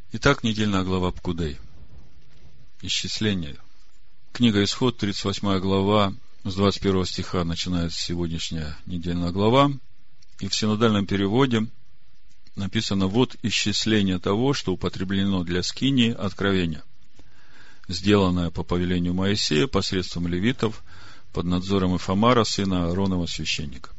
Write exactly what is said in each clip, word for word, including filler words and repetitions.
Итак, недельная глава Пкудей. Исчисление. Книга Исход, тридцать восьмая глава, с двадцать первого стиха начинается сегодняшняя недельная глава. И в синодальном переводе написано: вот исчисление того, что употреблено для скинии откровения, сделанное по повелению Моисея посредством левитов под надзором Ифамара, сына Ааронова, священника.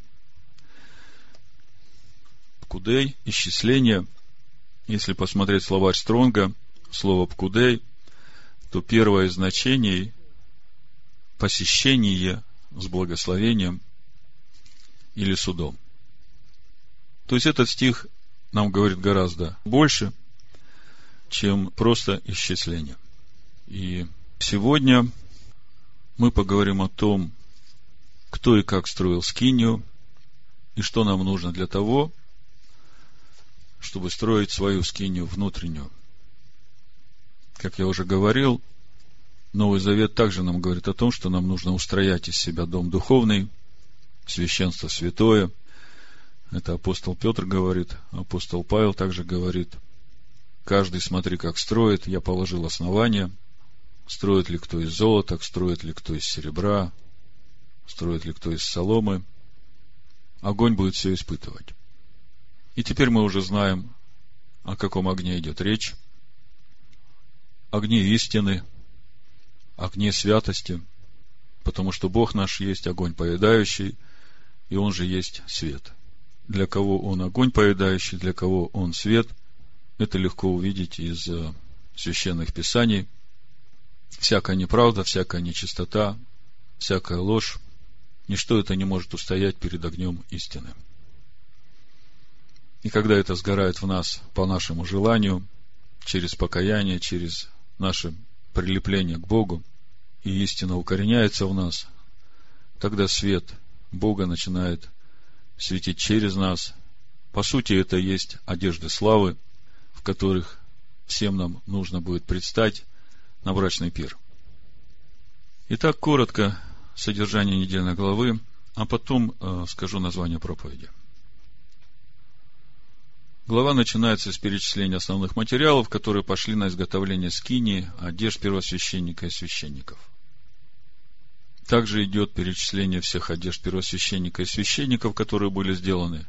Пкудей, исчисление. Если посмотреть словарь Стронга, слово пкудей, то первое из значений — посещение с благословением или судом. То есть этот стих нам говорит гораздо больше, чем просто исчисление. И сегодня мы поговорим о том, кто и как строил скинию, и что нам нужно для того, чтобы строить свою скинию внутреннюю. Как я уже говорил, Новый Завет также нам говорит о том, что нам нужно устроять из себя дом духовный, священство святое. Это апостол Петр говорит, апостол Павел также говорит: каждый смотри, как строит, я положил основания. Строит ли кто из золота, строит ли кто из серебра, строит ли кто из соломы. Огонь будет все испытывать. И теперь мы уже знаем, о каком огне идет речь. Огне истины, огне святости, потому что Бог наш есть огонь поедающий, и Он же есть свет. Для кого Он огонь поедающий, для кого Он свет, это легко увидеть из священных писаний. Всякая неправда, всякая нечистота, всякая ложь, ничто это не может устоять перед огнем истины. И когда это сгорает в нас по нашему желанию, через покаяние, через наше прилепление к Богу, и истина укореняется в нас, тогда свет Бога начинает светить через нас. По сути, это и есть одежды славы, в которых всем нам нужно будет предстать на брачный пир. Итак, коротко содержание недельной главы, а потом э, скажу название проповеди. Глава начинается с перечисления основных материалов, которые пошли на изготовление скинии, одежд первосвященника и священников. Также идет перечисление всех одежд первосвященника и священников, которые были сделаны.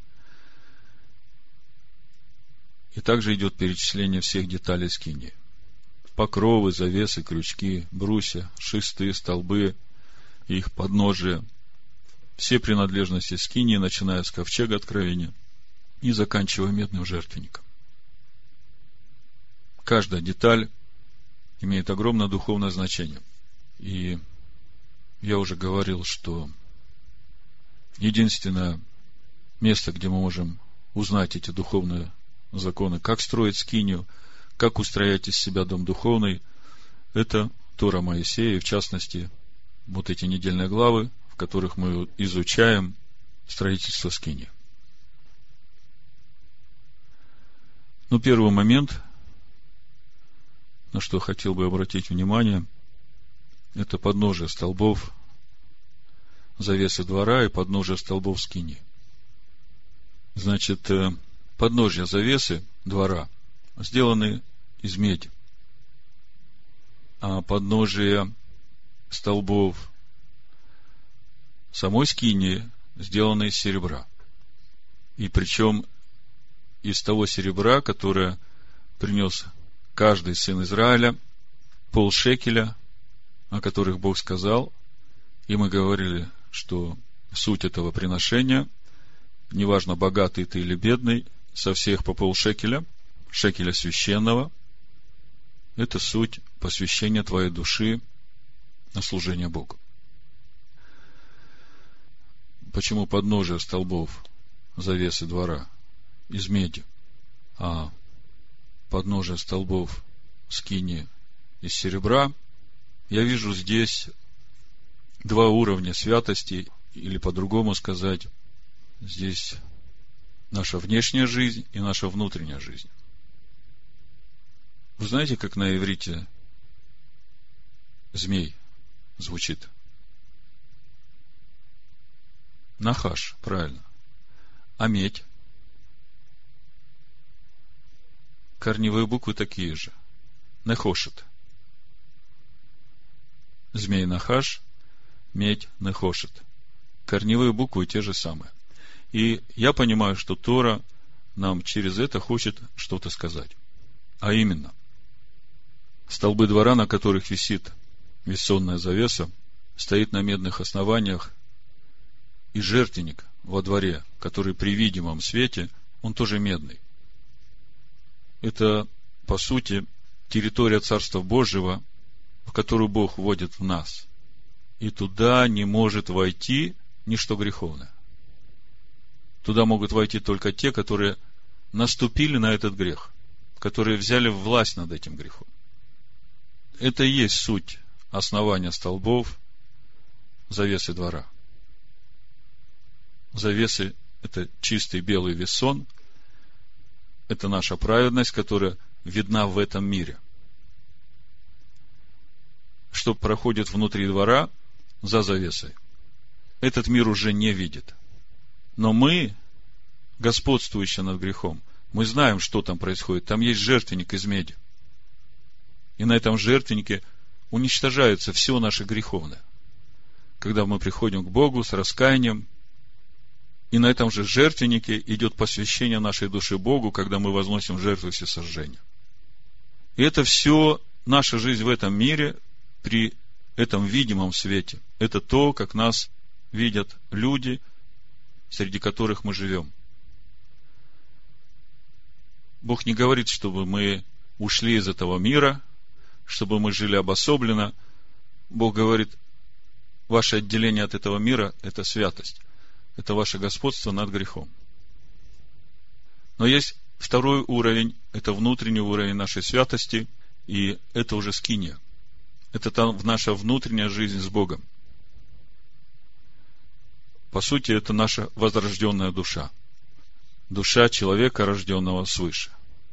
И также идет перечисление всех деталей скинии: покровы, завесы, крючки, брусья, шесты, столбы, их подножия, все принадлежности скинии, начиная с ковчега откровения и заканчивая медным жертвенником. Каждая деталь имеет огромное духовное значение. И я уже говорил, что единственное место, где мы можем узнать эти духовные законы, как строить скинию, как устроять из себя дом духовный, это Тора Моисея, и в частности, вот эти недельные главы, в которых мы изучаем строительство скинии. Ну, первый момент, на что хотел бы обратить внимание, это подножие столбов завесы двора и подножие столбов скинии. Значит, подножья завесы двора сделаны из меди, а подножия столбов самой скинии сделаны из серебра. И причем из того серебра, которое принес каждый сын Израиля, полшекеля, о которых Бог сказал. И мы говорили, что суть этого приношения, неважно, богатый ты или бедный, со всех по полшекеля, шекеля священного, это суть посвящения твоей души на служение Богу. Почему подножие столбов завесы двора из меди, а подножие столбов скинии из серебра? Я вижу здесь два уровня святости, или по-другому сказать, здесь наша внешняя жизнь и наша внутренняя жизнь. Вы знаете, как на иврите змей звучит? Нахаш, правильно. А медь? корневые буквы такие же. Нехошет. Змей Нахаш, медь Нехошет. Корневые буквы те же самые. И я понимаю, что Тора нам через это хочет что-то сказать. А именно, столбы двора, на которых висит вессонная завеса, стоит на медных основаниях, и жертвенник во дворе, который при видимом свете, он тоже медный. Это, по сути, территория Царства Божьего, в которую Бог вводит в нас. И туда не может войти ничто греховное. Туда могут войти только те, которые наступили на этот грех, которые взяли власть над этим грехом. Это и есть суть основания столбов завесы двора. Завесы – это чистый белый вессон, это наша праведность, которая видна в этом мире. Что проходит внутри двора за завесой, этот мир уже не видит. Но мы, господствующие над грехом, мы знаем, что там происходит. Там есть жертвенник из меди. И на этом жертвеннике уничтожается все наше греховное. Когда мы приходим к Богу с раскаянием, и на этом же жертвеннике идет посвящение нашей души Богу, когда мы возносим жертву всесожжения. И это все наша жизнь в этом мире при этом видимом свете. Это то, как нас видят люди, среди которых мы живем. Бог не говорит, чтобы мы ушли из этого мира, чтобы мы жили обособленно. Бог говорит, ваше отделение от этого мира – это святость. Это ваше господство над грехом. Но есть второй уровень, это внутренний уровень нашей святости, и это уже скиния. Это там наша внутренняя жизнь с Богом. По сути, это наша возрожденная душа. Душа человека, рожденного свыше.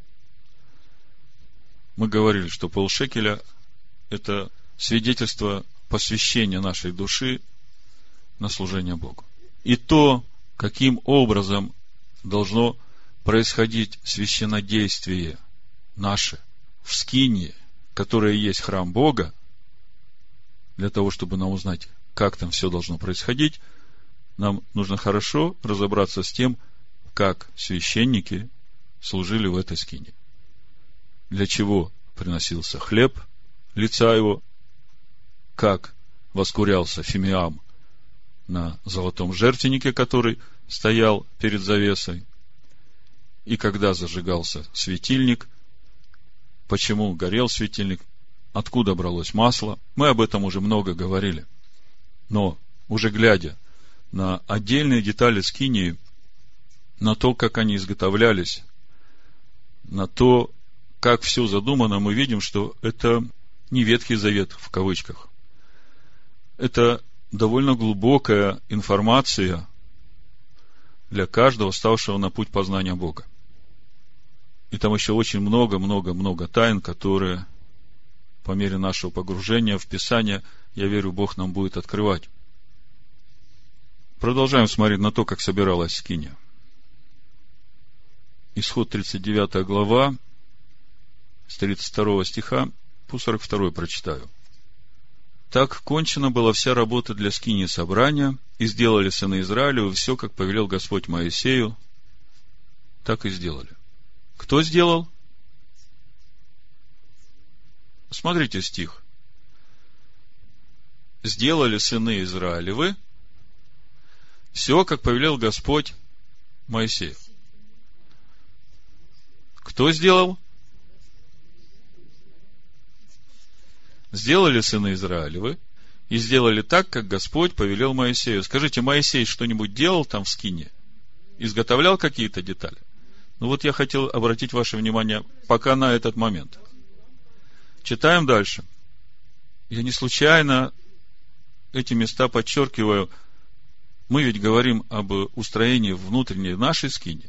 Мы говорили, что полшекеля – это свидетельство посвящения нашей души на служение Богу. И то, каким образом должно происходить священнодействие наше в скинии, которая есть храм Бога, для того, чтобы нам узнать, как там все должно происходить, нам нужно хорошо разобраться с тем, как священники служили в этой скинии. Для чего приносился хлеб лица его, как воскурялся фимиам на золотом жертвеннике, который стоял перед завесой, и когда зажигался светильник, почему горел светильник, откуда бралось масло. Мы об этом уже много говорили. Но, уже глядя на отдельные детали скинии, на то, как они изготовлялись, на то, как все задумано, мы видим, что это не Ветхий Завет в кавычках. Это довольно глубокая информация для каждого, ставшего на путь познания Бога. И там еще очень много-много-много тайн, которые по мере нашего погружения в Писание, я верю, Бог нам будет открывать. Продолжаем смотреть на то, как собиралась скиния. Исход тридцать девятая глава, с тридцать второго стиха по сорок второй прочитаю. Так кончена была вся работа для скинии собрания, и сделали сыны Израилевы все, как повелел Господь Моисею, так и сделали. Кто сделал? Смотрите стих. Сделали сыны Израилевы все, как повелел Господь Моисею. Кто сделал? Сделали сыны Израилевы и сделали так, как Господь повелел Моисею. Скажите, Моисей что-нибудь делал там в скинии? Изготовлял какие-то детали? Ну вот я хотел обратить ваше внимание пока на этот момент. Читаем дальше. Я не случайно эти места подчеркиваю. Мы ведь говорим об устроении внутренней нашей скинии.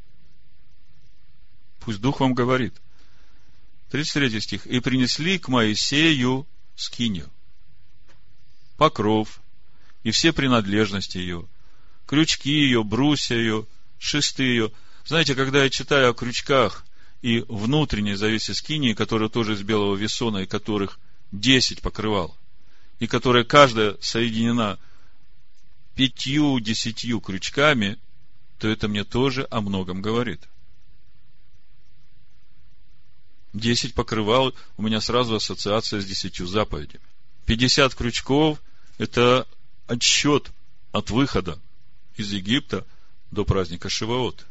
Пусть Дух вам говорит. тридцать третий стих. И принесли к Моисею скинию, покров и все принадлежности ее, крючки ее, брусья ее, шесты ее. Знаете, когда я читаю о крючках и внутренней завесе скинии, которая тоже из белого весона, и которых десять покрывал, и которая каждая соединена пятью-десятью крючками, то это мне тоже о многом говорит. Десять покрывал, у меня сразу ассоциация с десятью заповедями. Пятьдесят крючков – это отсчет от выхода из Египта до праздника Шиваот.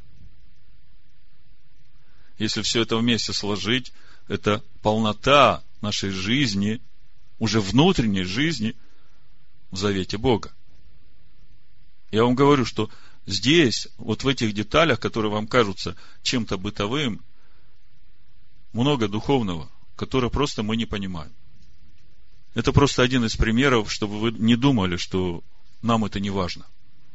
Если все это вместе сложить, это полнота нашей жизни, уже внутренней жизни в завете Бога. Я вам говорю, что здесь, вот в этих деталях, которые вам кажутся чем-то бытовым, много духовного, которое просто мы не понимаем. Это просто один из примеров, чтобы вы не думали, что нам это не важно.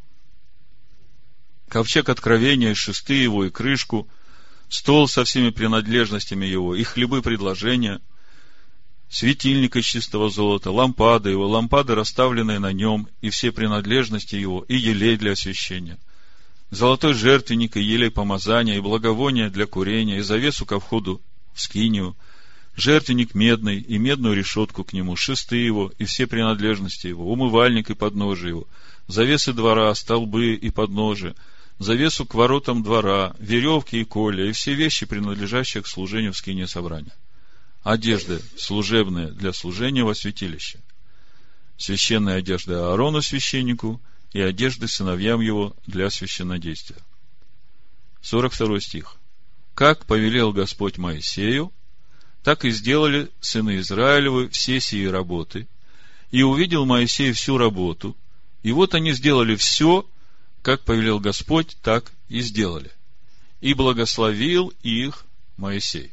Ковчег откровения, шесты его и крышку, стол со всеми принадлежностями его, и хлебы предложения, светильник из чистого золота, лампады его, лампады, расставленные на нем, и все принадлежности его, и елей для освящения, золотой жертвенник, и елей помазания, и благовония для курения, и завесу ко входу в скинию, жертвенник медный, и медную решетку к нему, шесты его, и все принадлежности его, умывальник и подножие его, завесы двора, столбы и подножие, завесу к воротам двора, веревки и колья, и все вещи, принадлежащие к служению в скинии собрания, одежды служебные для служения во святилище, священные одежды Аарону священнику и одежды сыновьям его для священнодействия. сорок второй стих. Как повелел Господь Моисею, так и сделали сыны Израилевы все сии работы, и увидел Моисей всю работу, и вот они сделали все, как повелел Господь, так и сделали. И благословил их Моисей.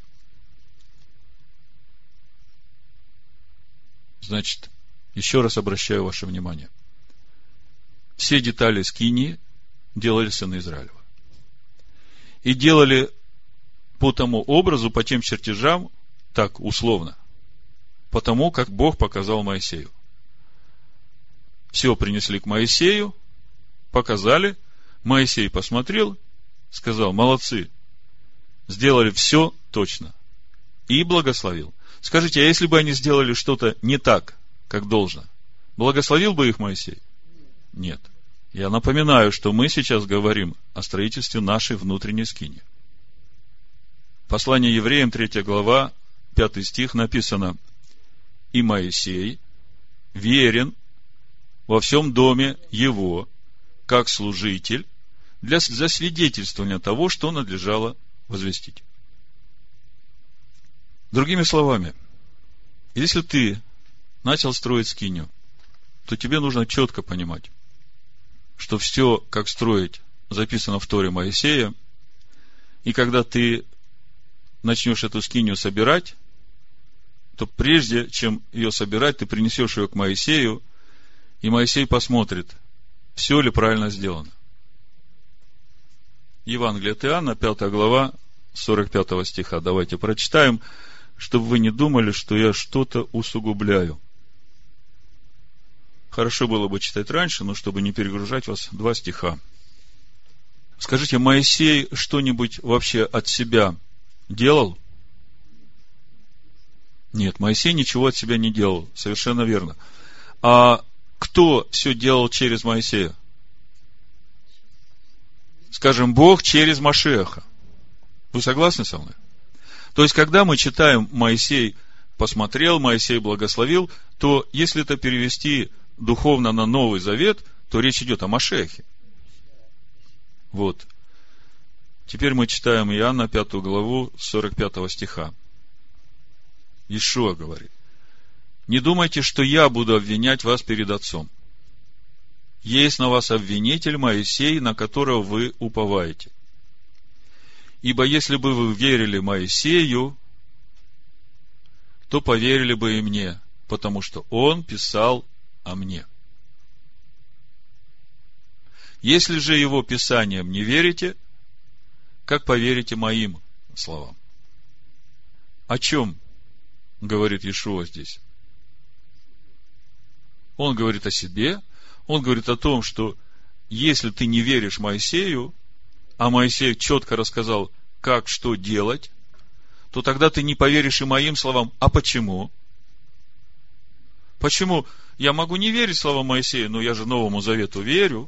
Значит, еще раз обращаю ваше внимание. Все детали скинии делали сыны Израилева. И делали по тому образу, по тем чертежам, так условно, по тому, как Бог показал Моисею. Все принесли к Моисею, показали, Моисей посмотрел, сказал: молодцы, сделали все точно, и благословил. Скажите, а если бы они сделали что-то не так, как должно, благословил бы их Моисей? Нет. Я напоминаю, что мы сейчас говорим о строительстве нашей внутренней скинии. Послание евреям, третья глава, пятый стих, написано: и Моисей верен во всем доме его, как служитель, для засвидетельствования того, что надлежало возвестить. Другими словами, если ты начал строить скинию, то тебе нужно четко понимать, что все, как строить, записано в Торе Моисея, и когда ты начнешь эту скинию собирать, то прежде чем ее собирать, ты принесешь ее к Моисею, и Моисей посмотрит, все ли правильно сделано. Евангелие от Иоанна, пятая глава, сорок пятого стиха. Давайте прочитаем, чтобы вы не думали, что я что-то усугубляю. Хорошо было бы читать раньше, но чтобы не перегружать вас, два стиха. Скажите, Моисей что-нибудь вообще от себя делал? Нет, Моисей ничего от себя не делал, совершенно верно. А кто все делал через Моисея? Скажем, Бог через Машиаха. Вы согласны со мной? То есть, когда мы читаем Моисей посмотрел, Моисей благословил, то если это перевести духовно на Новый Завет, то речь идет о Машиахе. Вот. Теперь мы читаем Иоанна пятую главу сорок пятого стиха. Иешуа говорит: не думайте, что я буду обвинять вас перед Отцом. Есть на вас обвинитель Моисей, на которого вы уповаете. Ибо если бы вы верили Моисею, то поверили бы и мне, потому что он писал о мне. Если же его писаниям не верите, как поверите моим словам? О чем говорит Иешуа здесь? Он говорит о себе, он говорит о том, что если ты не веришь Моисею, а Моисей четко рассказал, как что делать, то тогда ты не поверишь и моим словам. А почему? Почему? Я могу не верить словам Моисея, но я же Новому Завету верю.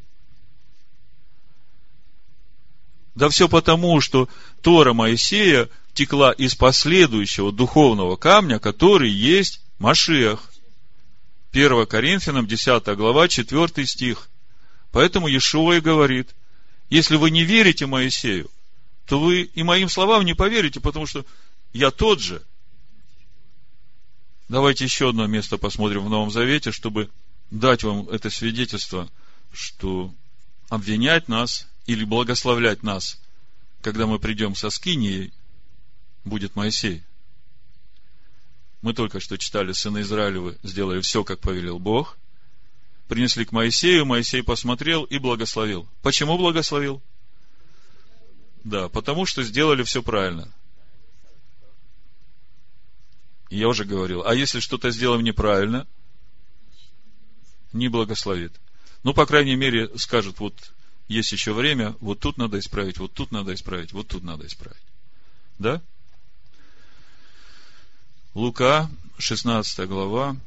Да все потому, что Тора Моисея текла из последующего духовного камня, который есть Машиах. первое Коринфянам, десятая глава, четвёртый стих. Поэтому Иешуа и говорит: если вы не верите Моисею, то вы и моим словам не поверите, потому что я тот же. Давайте еще одно место посмотрим в Новом Завете, чтобы дать вам это свидетельство, что обвинять нас или благословлять нас, когда мы придем со скинией, будет Моисей. Мы только что читали: сыны Израилевы сделали все, как повелел Бог. Принесли к Моисею, Моисей посмотрел и благословил. Почему благословил? Да, потому что сделали все правильно. Я уже говорил, а если что-то сделаем неправильно, не благословит. Ну, по крайней мере, скажет: вот есть еще время, вот тут надо исправить, вот тут надо исправить, вот тут надо исправить. Да? Лука, шестнадцатая глава,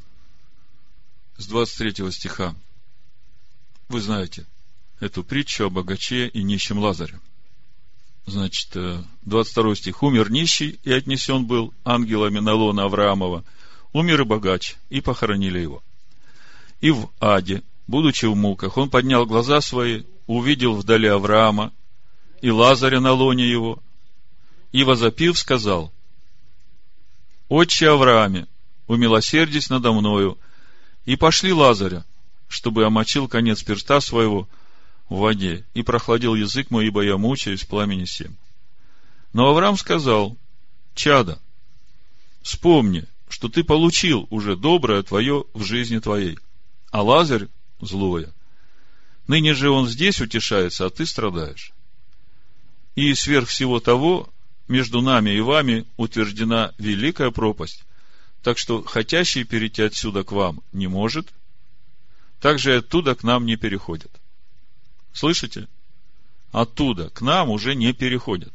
с двадцать третьего стиха. Вы знаете эту притчу о богаче и нищем Лазаре. Значит, двадцать второй стих. Умер нищий, и отнесен был ангелами на лоно Авраамова. Умер и богач, и похоронили его. И в аде, будучи в муках, он поднял глаза свои, увидел вдали Авраама и Лазаря на лоне его, и, возопив, сказал: Отче Аврааме, умилосердись надо мною, и пошли Лазаря, чтобы омочил конец перста своего в воде, и прохладил язык мой, ибо я мучаюсь в пламени сем. Но Авраам сказал: чадо, вспомни, что ты получил уже доброе твое в жизни твоей, а Лазарь злое. Ныне же он здесь утешается, а ты страдаешь. И сверх всего того, между нами и вами утверждена великая пропасть, так что хотящий перейти отсюда к вам не может, так же и оттуда к нам не переходят. Слышите? Оттуда к нам уже не переходят.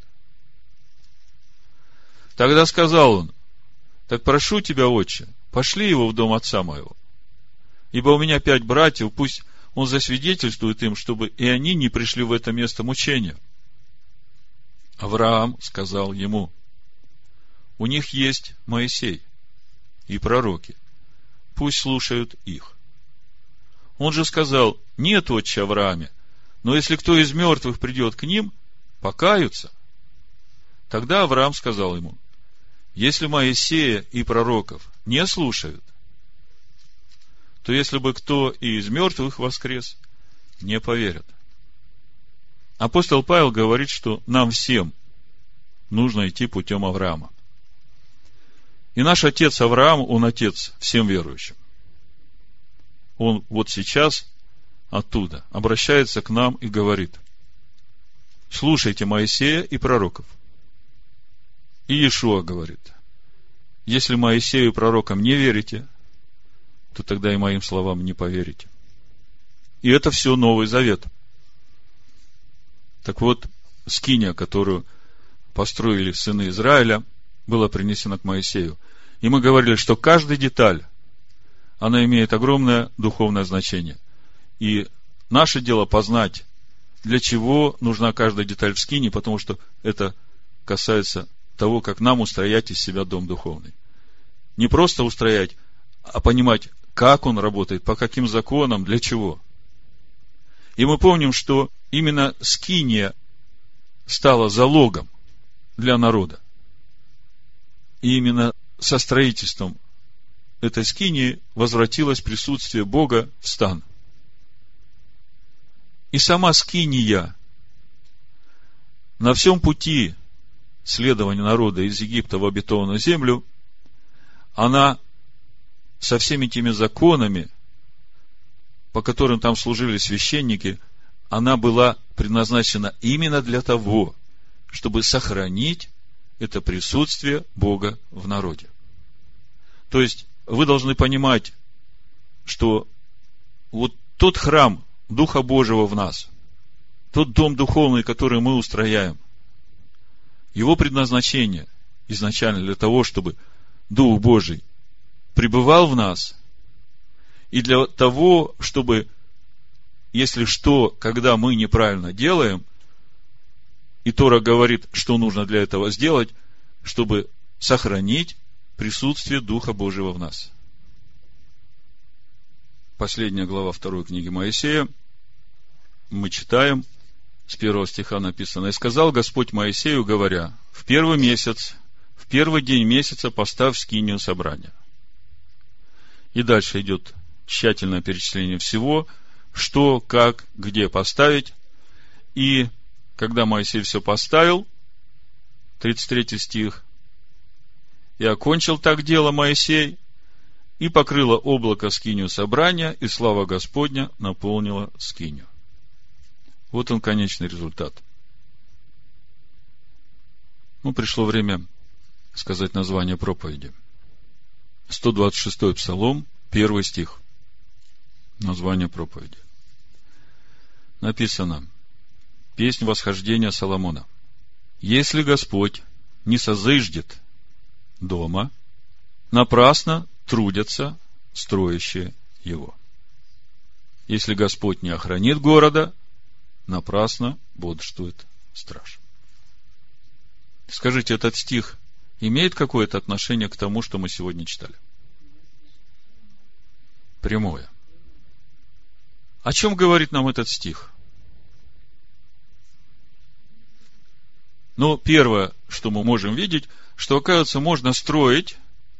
Тогда сказал он: так прошу тебя, отче, пошли его в дом отца моего, ибо у меня пять братьев, пусть он засвидетельствует им, чтобы и они не пришли в это место мучения. Авраам сказал ему: у них есть Моисей и пророки, пусть слушают их. Он же сказал: нет, отче Аврааме, но если кто из мертвых придет к ним, покаются. Тогда Авраам сказал ему: если Моисея и пророков не слушают, то если бы кто и из мертвых воскрес, не поверят. Апостол Павел говорит, что нам всем нужно идти путем Авраама. И наш отец Авраам, он отец всем верующим. Он вот сейчас оттуда обращается к нам и говорит: слушайте Моисея и пророков. И Иешуа говорит: если Моисею и пророкам не верите, то тогда и моим словам не поверите. И это все Новый Завет. Так вот, скиния, которую построили сыны Израиля, была принесена к Моисею. И мы говорили, что каждая деталь, она имеет огромное духовное значение. И наше дело познать, для чего нужна каждая деталь в скинии, потому что это касается того, как нам устроять из себя дом духовный. Не просто устроять, а понимать, как он работает, по каким законам, для чего. И мы помним, что именно скиния стала залогом для народа. И именно со строительством этой скинии возвратилось присутствие Бога в стан. И сама скиния на всем пути следования народа из Египта в обетованную землю, она со всеми теми законами, по которым там служили священники, она была предназначена именно для того, чтобы сохранить это присутствие Бога в народе. То есть, вы должны понимать, что вот тот храм Духа Божьего в нас, тот дом духовный, который мы устрояем, его предназначение изначально для того, чтобы Дух Божий пребывал в нас, и для того, чтобы, если что, когда мы неправильно делаем, и Тора говорит, что нужно для этого сделать, чтобы сохранить присутствие Духа Божьего в нас. Последняя глава второй книги Моисея. Мы читаем, с первого стиха написано: «И сказал Господь Моисею, говоря: в первый месяц, в первый день месяца поставь скинию собрания». И дальше идет тщательное перечисление всего, что, как, где поставить. И когда Моисей все поставил, тридцать третий стих: «И окончил так дело Моисей, и покрыло облако скинию собрания, и слава Господня наполнила скинию». Вот он, конечный результат. Ну, пришло время сказать название проповеди. сто двадцать шестой Псалом, первый стих. Название проповеди. Написано: «Песнь восхождения Соломона. Если Господь не созыждет дома, напрасно трудятся строящие его. Если Господь не охранит города, напрасно бодрствует страж». Скажите, этот стих имеет какое-то отношение к тому, что мы сегодня читали? Прямое. О чем говорит нам этот стих? Ну, первое, что мы можем видеть, что, оказывается, можно строить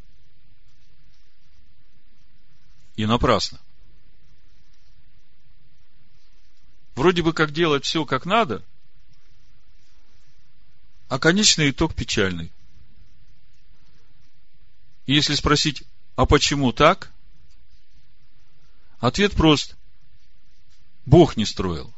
и напрасно. Вроде бы как делать все как надо, а конечный итог печальный. И если спросить, а почему так? Ответ прост. Бог не строил.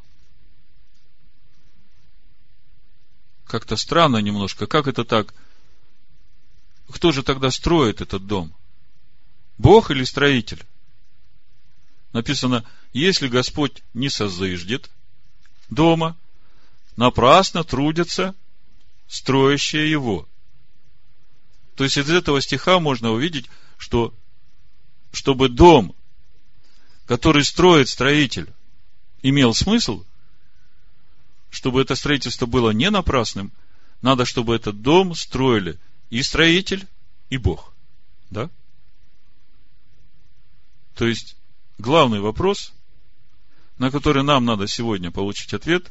Как-то странно немножко. Как это так? Кто же тогда строит этот дом? Бог или строитель? Написано: если Господь не созыждет дома, напрасно трудятся строящие его. То есть из этого стиха можно увидеть, что чтобы дом, который строит строитель, имел смысл, чтобы это строительство было не напрасным, надо, чтобы этот дом строили и строитель, и Бог. Да? То есть главный вопрос, на который нам надо сегодня получить ответ: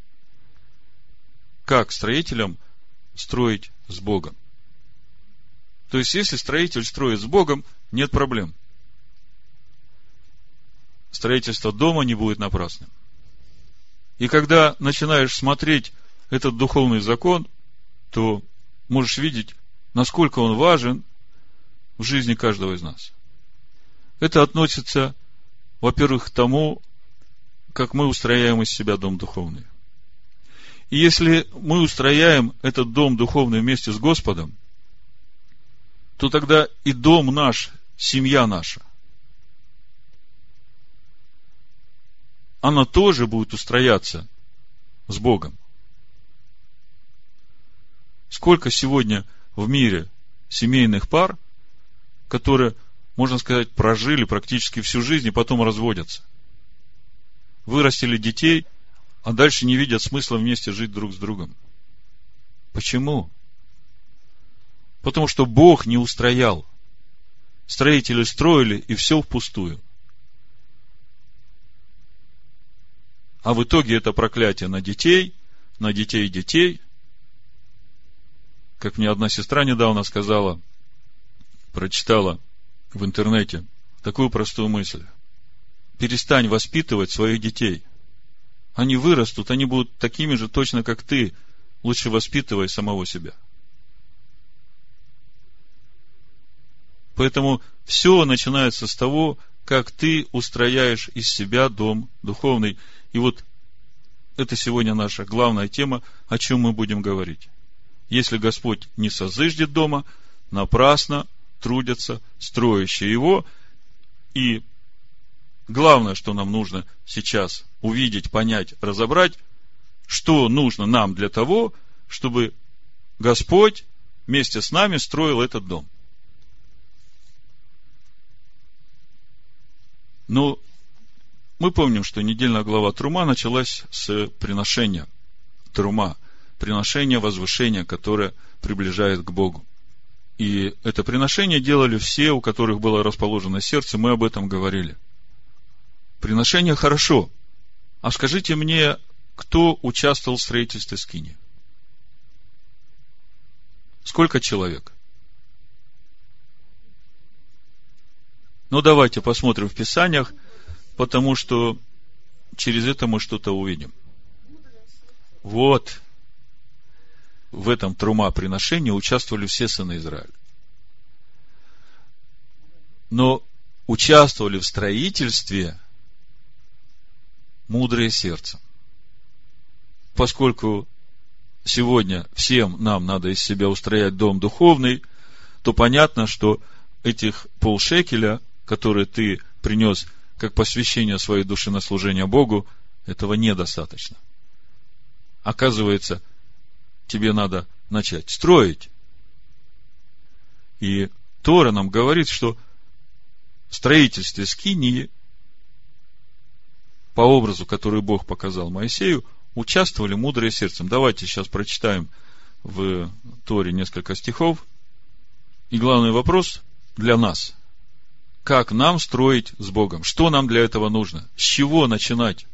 как строителям строить с Богом? То есть, если строитель строит с Богом, нет проблем. Строительство дома не будет напрасным. И когда начинаешь смотреть этот духовный закон, то можешь видеть, насколько он важен в жизни каждого из нас. Это относится, во-первых, к тому, как мы устрояем из себя дом духовный. И если мы устрояем этот дом духовный вместе с Господом, то тогда и дом наш, семья наша, она тоже будет устрояться с Богом. Сколько сегодня в мире семейных пар, которые, можно сказать, прожили практически всю жизнь и потом разводятся. Вырастили детей, а дальше не видят смысла вместе жить друг с другом. Почему? Потому что Бог не устроял. Строители строили, и все впустую. А в итоге это проклятие на детей, на детей детей. Как мне одна сестра недавно сказала, прочитала в интернете такую простую мысль: перестань воспитывать своих детей. Они вырастут, они будут такими же точно, как ты. Лучше воспитывай самого себя. Поэтому все начинается с того, как ты устрояешь из себя дом духовный. И вот это сегодня наша главная тема, о чем мы будем говорить. Если Господь не созыждет дома, напрасно трудятся строящие его. И главное, что нам нужно сейчас увидеть, понять, разобрать, что нужно нам для того, чтобы Господь вместе с нами строил этот дом. Ну, мы помним, что недельная глава Трума началась с приношения. Трума. Приношение возвышения, которое приближает к Богу. И это приношение делали все, у которых было расположено сердце. Мы об этом говорили. Приношение хорошо. А скажите мне, кто участвовал в строительстве скинии? Сколько человек? Ну, давайте посмотрим в Писаниях, потому что через это мы что-то увидим. Вот. В этом трума приношении участвовали все сыны Израиля. Но участвовали в строительстве мудрые сердцем. Поскольку сегодня всем нам надо из себя устроять дом духовный, то понятно, что этих полшекеля, которые ты принес как посвящение своей души на служение Богу, этого недостаточно. Оказывается, тебе надо начать строить. И Тора нам говорит, что в строительстве скинии, по образу, который Бог показал Моисею, участвовали мудрые сердцем. Давайте сейчас прочитаем в Торе несколько стихов. И главный вопрос для нас: как нам строить с Богом? Что нам для этого нужно? С чего начинать?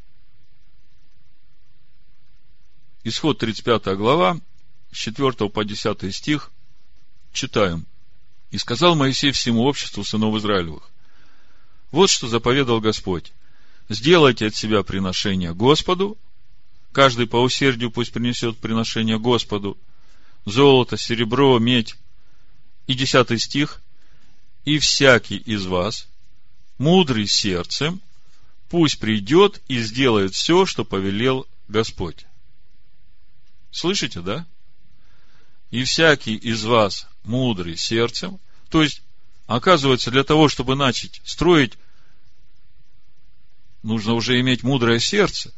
Исход тридцать пятая глава, с четвёртого по десятый стих, читаем. «И сказал Моисей всему обществу сынов Израилевых: вот что заповедал Господь. Сделайте от себя приношение Господу, каждый по усердию пусть принесет приношение Господу, золото, серебро, медь». И десятый стих: «И всякий из вас, мудрый сердцем, пусть придет и сделает все, что повелел Господь». Слышите, да? «И всякий из вас, мудрый сердцем». То есть, оказывается, для того, чтобы начать строить, нужно уже иметь мудрое сердце.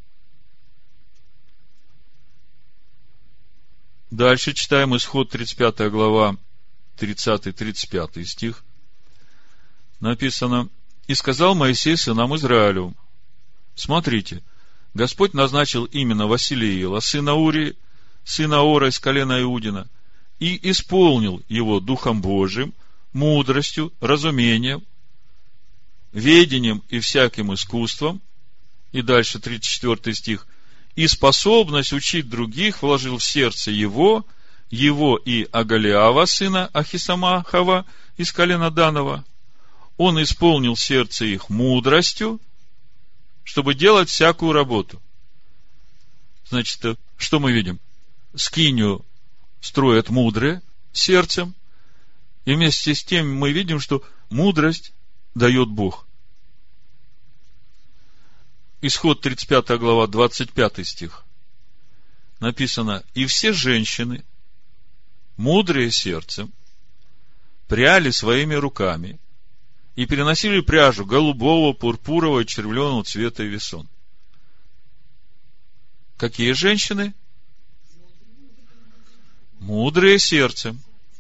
Дальше читаем Исход тридцать пятая глава, тридцатый-тридцать пятый стих. Написано: «И сказал Моисей сынам Израилю: смотрите, Господь назначил именно Василиила, сына Урии, сына Ора из колена Иудина, и исполнил его Духом Божиим, мудростью, разумением, ведением и всяким искусством». И дальше тридцать четвёртый стих: «И способность учить других вложил в сердце его, его и Агалиава, сына Ахисамахова из колена Данова. Он исполнил сердце их мудростью, чтобы делать всякую работу». Значит, что мы видим? Скинию строят мудрые сердцем, и вместе с тем мы видим, что мудрость дает Бог. Исход тридцать пятая глава, двадцать пятый стих. Написано: «И все женщины, мудрые сердцем, пряли своими руками и переносили пряжу голубого, пурпурового, червленого цвета и весон». Какие женщины? Мудрые сердцем.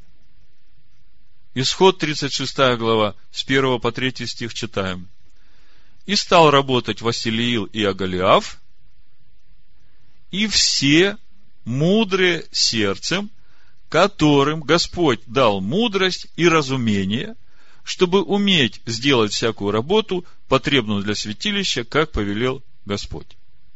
Исход тридцать шестая глава, с первого по третий стих читаем. «И стал работать Василиил и Агалиав, и все мудрые сердцем, которым Господь дал мудрость и разумение, чтобы уметь сделать всякую работу, потребную для святилища, как повелел Господь.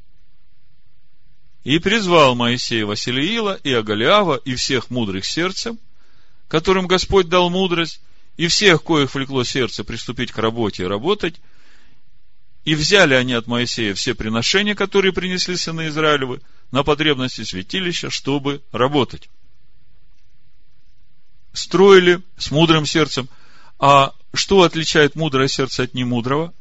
И призвал Моисей Василиила и Агалиава и всех мудрых сердцем, которым Господь дал мудрость, и всех, коих влекло сердце приступить к работе и работать. И взяли они от Моисея все приношения, которые принесли сыны Израилевы, на потребности святилища, чтобы работать». Строили с мудрым сердцем. А что отличает мудрое сердце от немудрого?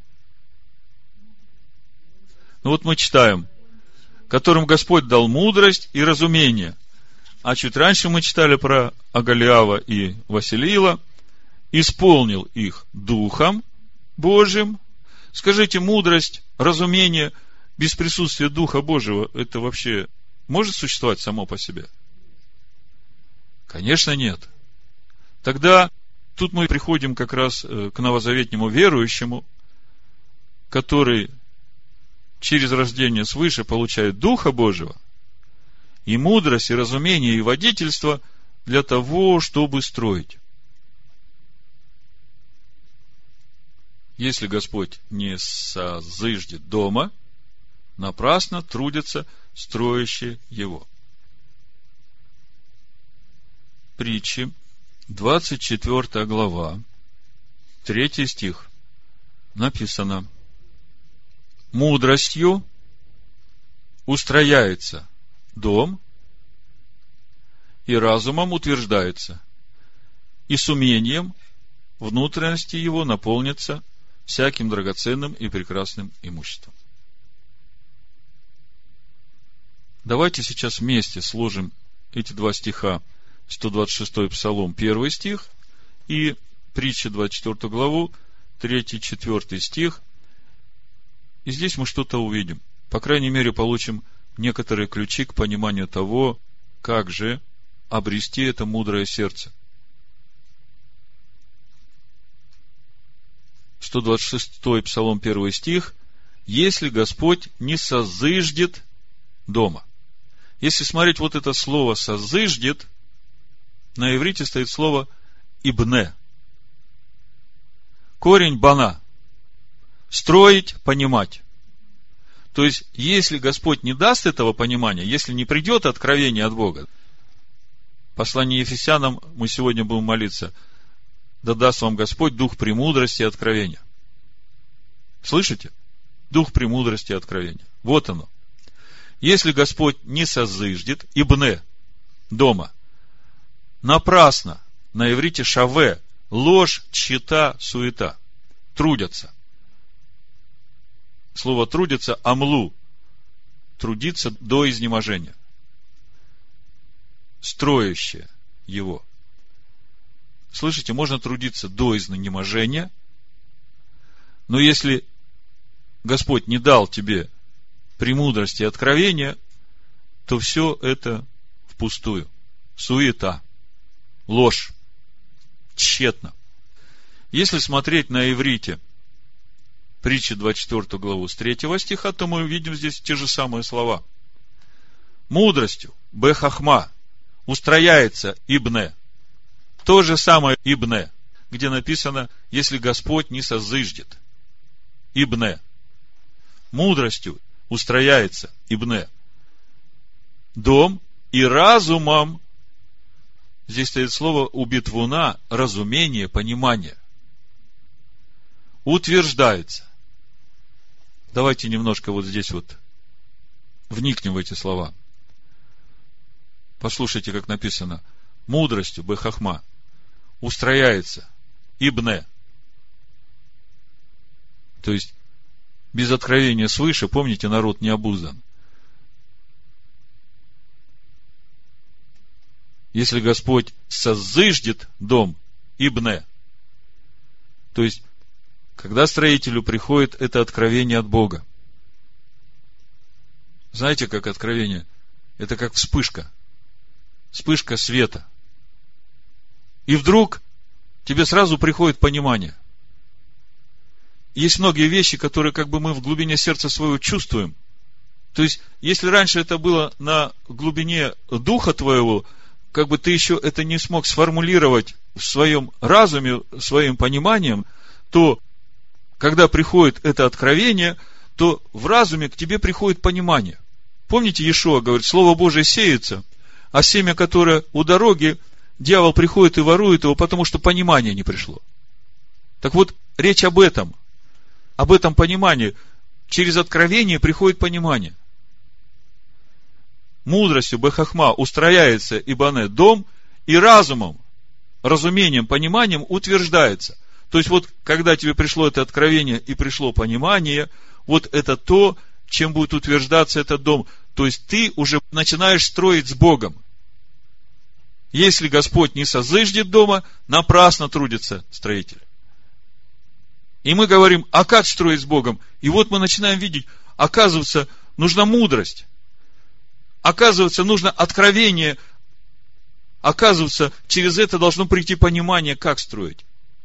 Ну вот мы читаем: которым Господь дал мудрость и разумение. А чуть раньше мы читали про Агалиава и Василиила: исполнил их Духом Божьим. Скажите, мудрость, разумение без присутствия Духа Божьего, это вообще может существовать само по себе? Конечно, нет. Тогда тут мы приходим как раз к новозаветнему верующему, который через рождение свыше получает Духа Божьего и мудрость, и разумение, и водительство для того, чтобы строить. Если Господь не созыждет дома, напрасно трудятся строящие его. Притчи, двадцать четвёртая глава, третий стих. Написано: мудростью устрояется дом, и разумом утверждается, и с умением внутренности его наполнится всяким драгоценным и прекрасным имуществом. Давайте сейчас вместе сложим эти два стиха, сто двадцать шестой Псалом, первый стих, и притча, двадцать четвёртую главу, третий, четвёртый стих. И здесь мы что-то увидим. По крайней мере, получим некоторые ключи к пониманию того, как же обрести это мудрое сердце. сто двадцать шестой Псалом, первый стих. Если Господь не созыждет дома. Если смотреть вот это слово «созыждет», на иврите стоит слово «ибне». Корень «бана». Строить, понимать. То есть, если Господь не даст этого понимания, если не придет откровение от Бога, послание Ефесянам мы сегодня будем молиться: да даст вам Господь дух премудрости и откровения. Слышите? Дух премудрости и откровения. Вот оно. Если Господь не созыждет ибне дома, напрасно, на иврите шаве, ложь, тщета, суета, трудятся. Слово трудится амлу, трудиться до изнеможения, строящее его. Слышите, можно трудиться до изнеможения, но если Господь не дал тебе премудрости и откровения, то все это впустую. Суета, ложь, тщетно. Если смотреть на иврите притчи двадцать четвёртую главу с третьего стиха, то мы увидим здесь те же самые слова. Мудростью, бехахма, устрояется ибне. То же самое ибне, где написано: если Господь не созыждет. Ибне. Мудростью устрояется ибне. Дом, и разумом, здесь стоит слово убитвуна, разумение, понимание, утверждается. Давайте немножко вот здесь вот вникнем в эти слова. Послушайте, как написано: мудростью, бехахма, устрояется ибне. То есть, без откровения свыше, помните, народ не обуздан. Если Господь созыждет дом ибне, то есть, когда строителю приходит это откровение от Бога. Знаете, как откровение? Это как вспышка. Вспышка света. И вдруг тебе сразу приходит понимание. Есть многие вещи, которые как бы мы в глубине сердца своего чувствуем. То есть, если раньше это было на глубине духа твоего, как бы ты еще это не смог сформулировать в своем разуме, своим пониманием, то когда приходит это откровение, то в разуме к тебе приходит понимание. Помните, Иешуа говорит: Слово Божие сеется, а семя, которое у дороги, дьявол приходит и ворует его, потому что понимание не пришло. Так вот, речь об этом, об этом понимании. Через откровение приходит понимание. Мудростью бехахма устрояется ибане дом, и разумом, разумением, пониманием утверждается. То есть, вот, когда тебе пришло это откровение и пришло понимание, вот это то, чем будет утверждаться этот дом. То есть, ты уже начинаешь строить с Богом. Если Господь не созыждет дома, напрасно трудится строитель. И мы говорим: а как строить с Богом? И вот мы начинаем видеть, оказывается, нужна мудрость. Оказывается, нужно откровение Оказывается, через это должно прийти понимание, как строить.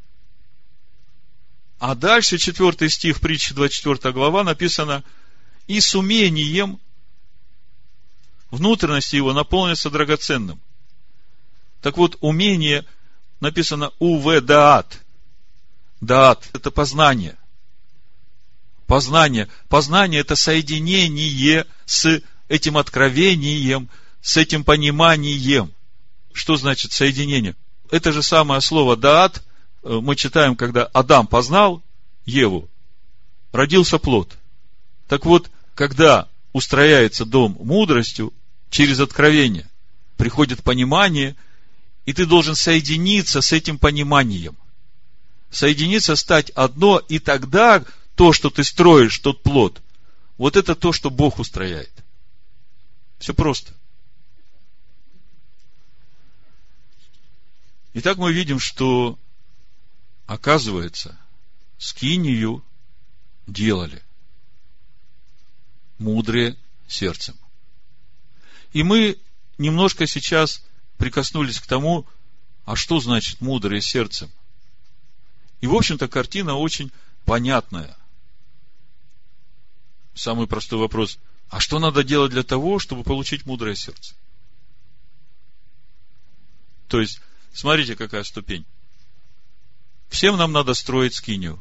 А дальше, четвертый стих, притчи двадцать четвёртая глава, написано: и с умением внутренности его наполнится драгоценным. Так вот, умение написано ув даат. Даат – это познание. Познание. Познание – это соединение с этим откровением, с этим пониманием. Что значит соединение? Это же самое слово даат мы читаем, когда Адам познал Еву, родился плод. Так вот, когда устрояется дом мудростью, через откровение приходит понимание, и ты должен соединиться с этим пониманием. Соединиться, стать одно, и тогда то, что ты строишь, тот плод, вот это то, что Бог устрояет. Все просто. Итак, мы видим, что, оказывается, скинию делали мудрые сердцем. И мы немножко сейчас прикоснулись к тому, а что значит мудрые сердцем. И, в общем-то, картина очень понятная. Самый простой вопрос: а что надо делать для того, чтобы получить мудрое сердце? То есть, смотрите, какая ступень. Всем нам надо строить скинию.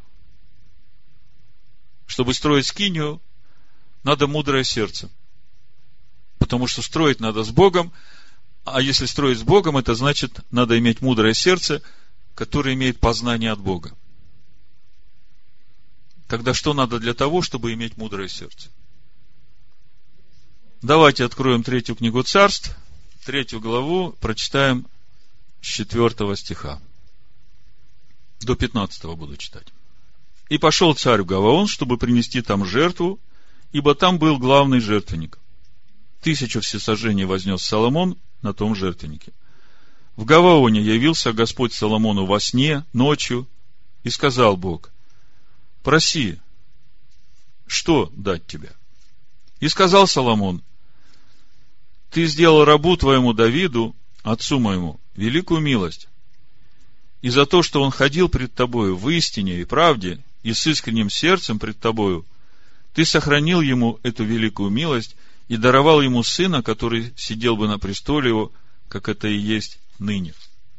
Чтобы строить скинию, надо мудрое сердце. Потому что строить надо с Богом, а если строить с Богом, это значит, надо иметь мудрое сердце, которое имеет познание от Бога. Тогда что надо для того, чтобы иметь мудрое сердце? Давайте откроем третью книгу Царств, третью главу, прочитаем с четвертого стиха. До пятнадцатого буду читать. «И пошел царь в Гаваон, чтобы принести там жертву, ибо там был главный жертвенник. Тысячу всесожжений вознес Соломон на том жертвеннике. В Гаваоне явился Господь Соломону во сне, ночью, и сказал Бог: проси, что дать тебе? И сказал Соломон: ты сделал рабу твоему Давиду, отцу моему, великую милость, и за то, что он ходил пред тобою в истине и правде, и с искренним сердцем пред тобою, ты сохранил ему эту великую милость и даровал ему сына, который сидел бы на престоле его, как это и есть ныне.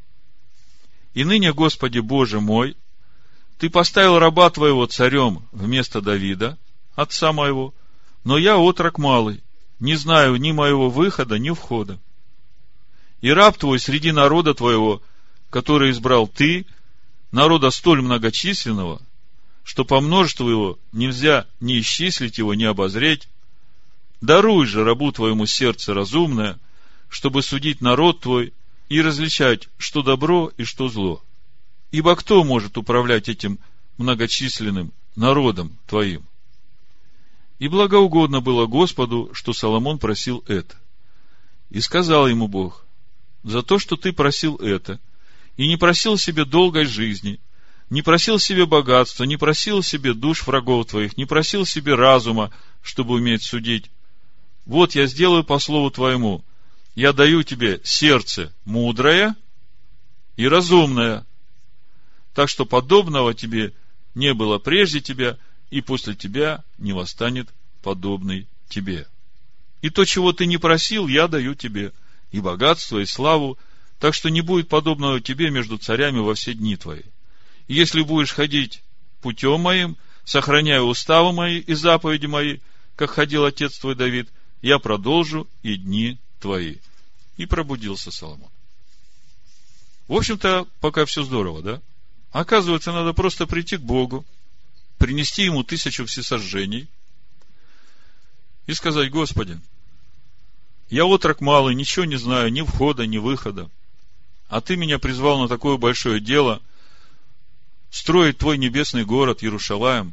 И ныне, Господи Боже мой, ты поставил раба твоего царем вместо Давида, отца моего, но я отрок малый, не знаю ни моего выхода, ни входа. И раб твой среди народа твоего, который избрал ты, народа столь многочисленного, что по множеству его нельзя ни исчислить его, ни обозреть. Даруй же рабу твоему сердце разумное, чтобы судить народ твой и различать, что добро и что зло. Ибо кто может управлять этим многочисленным народом твоим? И благоугодно было Господу, что Соломон просил это. И сказал ему Бог: за то, что ты просил это, и не просил себе долгой жизни, не просил себе богатства, не просил себе душ врагов твоих, не просил себе разума, чтобы уметь судить, вот я сделаю по слову твоему, я даю тебе сердце мудрое и разумное, так что подобного тебе не было прежде тебя, и после тебя не восстанет подобный тебе. И то, чего ты не просил, я даю тебе, и богатство, и славу, так что не будет подобного тебе между царями во все дни твои. И если будешь ходить путем моим, сохраняя уставы мои и заповеди мои, как ходил отец твой Давид, я продолжу и дни твои. И пробудился Соломон. В общем-то, пока все здорово, да? Оказывается, надо просто прийти к Богу, принести ему тысячу всесожжений и сказать: Господи, я отрок малый, ничего не знаю, ни входа, ни выхода, а ты меня призвал на такое большое дело строить твой небесный город Иерушалаим.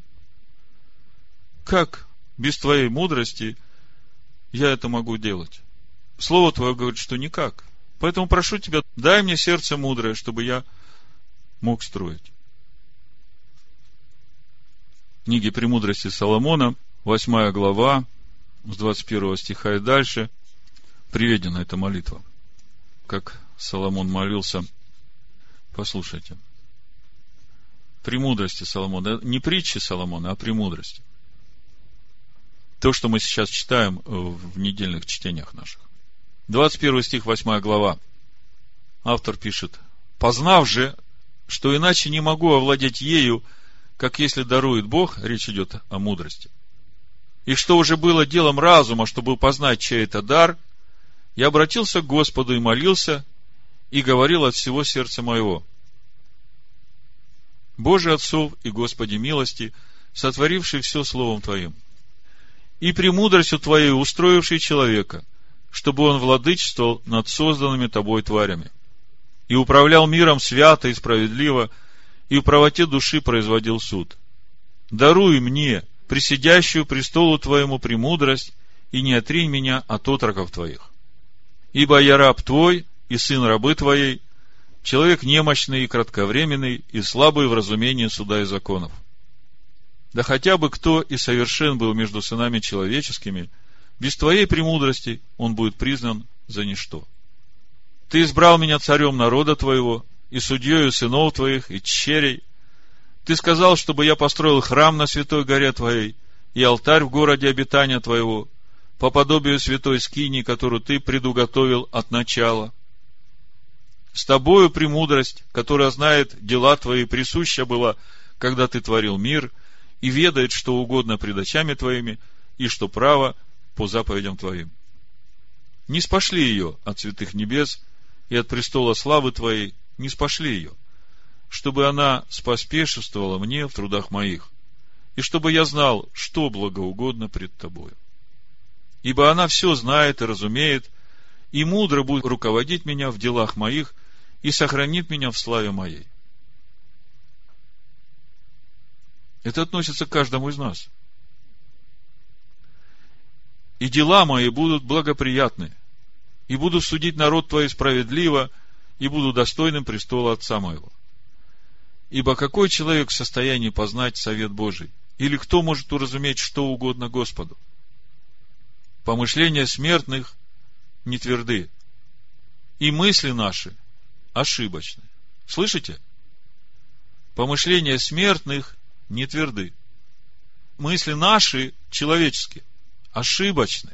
Как без твоей мудрости я это могу делать? Слово твое говорит, что никак. Поэтому прошу тебя, дай мне сердце мудрое, чтобы я мог строить. В книге «Премудрости Соломона», восьмая глава, с двадцать первого стиха и дальше, приведена эта молитва, как Соломон молился, послушайте, премудрости Соломона, не притчи Соломона, а премудрости. То, что мы сейчас читаем в недельных чтениях наших. двадцать первый стих, восьмая глава. Автор пишет: «Познав же, что иначе не могу овладеть ею, как если дарует Бог», речь идет о мудрости, «и что уже было делом разума, чтобы познать, чей это дар, я обратился к Господу и молился, и говорил от всего сердца моего: Боже отцов и Господи милости, сотворивший все словом Твоим, и премудростью Твоей устроивший человека, чтобы он владычествовал над созданными Тобой тварями, и управлял миром свято и справедливо, и в правоте души производил суд. Даруй мне, присидящую престолу Твоему, премудрость, и не отринь меня от отроков Твоих. Ибо я раб Твой и сын рабы Твоей, человек немощный и кратковременный, и слабый в разумении суда и законов. Да хотя бы кто и совершен был между сынами человеческими, без Твоей премудрости он будет признан за ничто. Ты избрал меня царем народа Твоего, и судьею сынов Твоих, и черей. Ты сказал, чтобы я построил храм на святой горе Твоей, и алтарь в городе обитания Твоего, по подобию святой скинии, которую Ты предуготовил от начала. С Тобою премудрость, которая знает дела Твои, присуща была, когда Ты творил мир, и ведает, что угодно пред очами Твоими, и что право по заповедям Твоим. Не спошли ее от святых небес и от престола славы Твоей, не спошли ее, чтобы она споспешествовала мне в трудах моих, и чтобы я знал, что благоугодно пред Тобою. Ибо она все знает и разумеет, и мудро будет руководить меня в делах моих, и сохранит меня в славе моей». Это относится к каждому из нас. «И дела мои будут благоприятны, и буду судить народ Твой справедливо, и буду достойным престола Отца моего. Ибо какой человек в состоянии познать совет Божий? Или кто может уразуметь что угодно Господу? Помышления смертных не тверды, и мысли наши ошибочны». Слышите? Помышления смертных не тверды. Мысли наши человеческие ошибочны.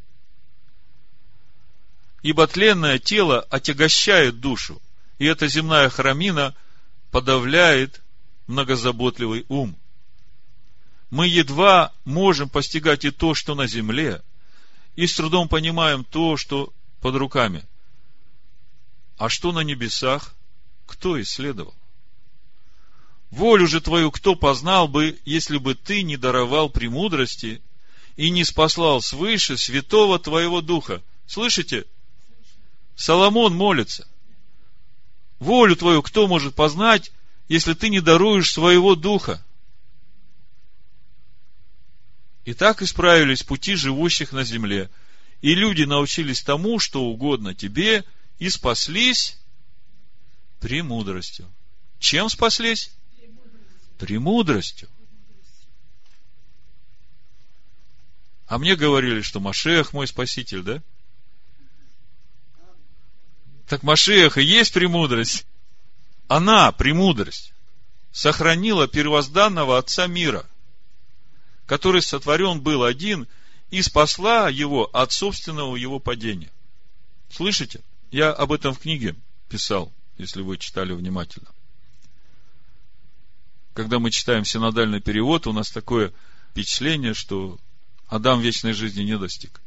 Ибо тленное тело отягощает душу, и эта земная храмина подавляет многозаботливый ум. Мы едва можем постигать и то, что на земле, и с трудом понимаем то, что под руками. А что на небесах, кто исследовал? Волю же Твою кто познал бы, если бы Ты не даровал премудрости и не спаслал свыше святого Твоего Духа? Слышите? Соломон молится. Волю Твою кто может познать, если Ты не даруешь своего Духа? И так исправились пути живущих на земле, и люди научились тому, что угодно Тебе, и спаслись премудростью. Чем спаслись? Премудростью. А мне говорили, что Машиах мой спаситель, да? Так Машиах и есть премудрость. Она, премудрость, сохранила первозданного Отца мира, который сотворен был один, и спасла его от собственного его падения. Слышите? Я об этом в книге писал, если вы читали внимательно. Когда мы читаем синодальный перевод, у нас такое впечатление, что Адам вечной жизни не достиг.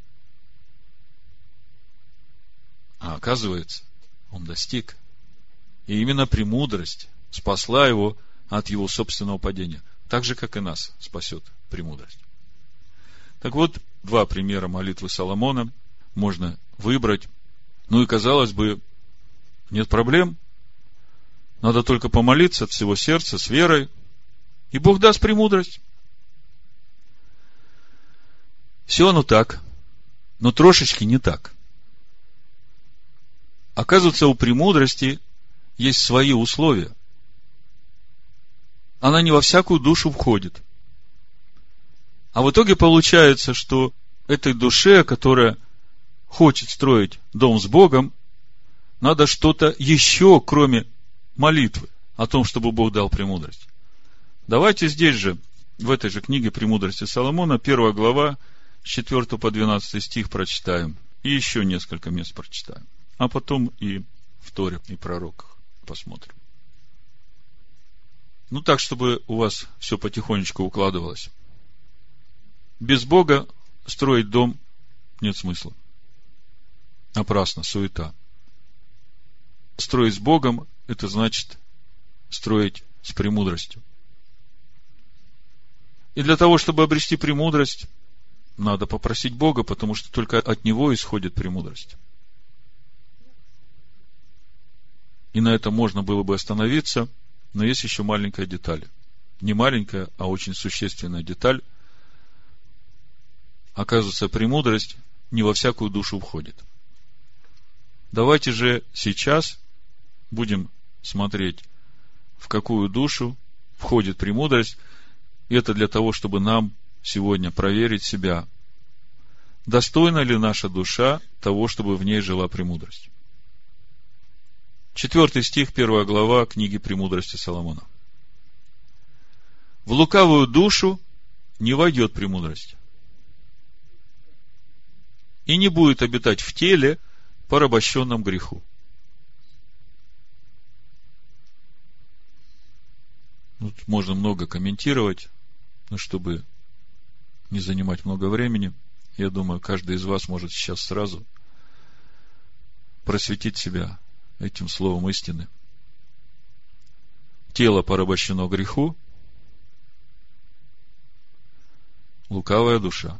А оказывается, он достиг. И именно премудрость спасла его от его собственного падения. Так же, как и нас спасет премудрость. Так вот, два примера молитвы Соломона можно выбрать. Ну и, казалось бы, нет проблем. Надо только помолиться от всего сердца, с верой, и Бог даст премудрость. Все оно так, но трошечки не так. Оказывается, у премудрости есть свои условия. Она не во всякую душу входит. А в итоге получается, что этой душе, которая хочет строить дом с Богом, Надо что-то еще, кроме молитвы, о том, чтобы Бог дал премудрость. Давайте здесь же, в этой же книге «Премудрости Соломона», первая глава, с четвёртого по двенадцатый стих прочитаем. И еще несколько мест прочитаем. А потом и в Торе, и пророках посмотрим. Ну, так, чтобы у вас все потихонечку укладывалось. Без Бога строить дом нет смысла. Напрасно, суета. Строить с Богом – это значит строить с премудростью. И для того, чтобы обрести премудрость, надо попросить Бога, потому что только от Него исходит премудрость. И на этом можно было бы остановиться, но есть еще маленькая деталь. Не маленькая, а очень существенная деталь. Оказывается, премудрость не во всякую душу входит. Давайте же сейчас будем смотреть, в какую душу входит премудрость. И это для того, чтобы нам сегодня проверить себя, достойна ли наша душа того, чтобы в ней жила премудрость. Четвертый стих, первая глава книги «Премудрости Соломона». В лукавую душу не войдет премудрость, и не будет обитать в теле, порабощенном греху. Тут можно много комментировать, но чтобы не занимать много времени, я думаю, каждый из вас может сейчас сразу просветить себя этим словом истины. Тело порабощено греху, лукавая душа,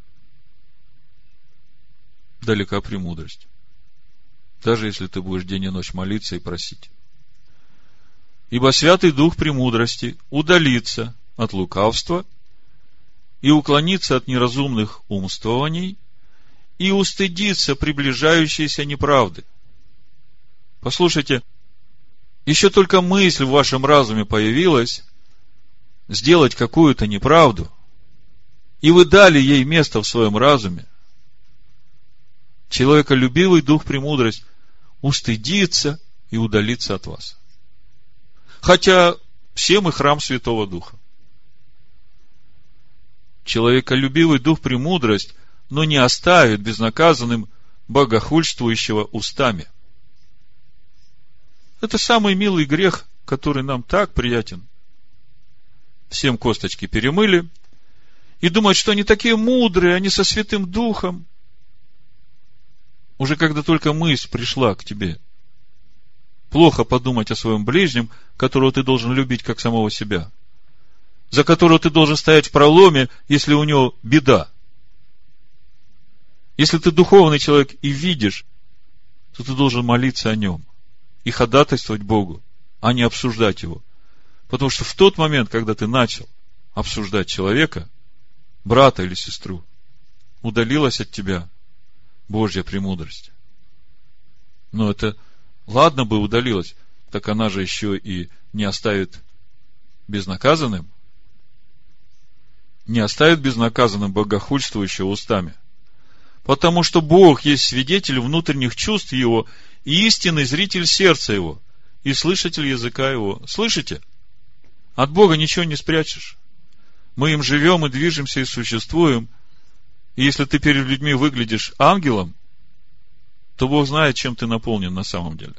далека премудрость. Даже если ты будешь день и ночь молиться и просить. Ибо Святый Дух премудрости удалится от лукавства и уклонится от неразумных умствований и устыдится приближающейся неправды. Послушайте, еще только мысль в вашем разуме появилась сделать какую-то неправду, и вы дали ей место в своем разуме. Человеколюбивый дух премудрость устыдится и удалится от вас. Хотя все мы храм Святого Духа. Человеколюбивый дух премудрость, но не оставит безнаказанным богохульствующего устами. Это самый милый грех, который нам так приятен. Всем косточки перемыли и думают, что они такие мудрые, они со Святым Духом. Уже когда только мысль пришла к тебе, плохо подумать о своем ближнем, которого ты должен любить как самого себя, за которого ты должен стоять в проломе, если у него беда. Если ты духовный человек и видишь, то ты должен молиться о нем и ходатайствовать Богу, а не обсуждать его. Потому что в тот момент, когда ты начал обсуждать человека, брата или сестру, удалилась от тебя Божья премудрость. Но это, ладно бы удалилась, так она же еще и не оставит безнаказанным, не оставит безнаказанным богохульствующего устами. Потому что Бог есть свидетель внутренних чувств его и истинный зритель сердца его и слышатель языка его. Слышите? От Бога ничего не спрячешь. Мы им живем и движемся и существуем. И если ты перед людьми выглядишь ангелом, то Бог знает, чем ты наполнен на самом деле.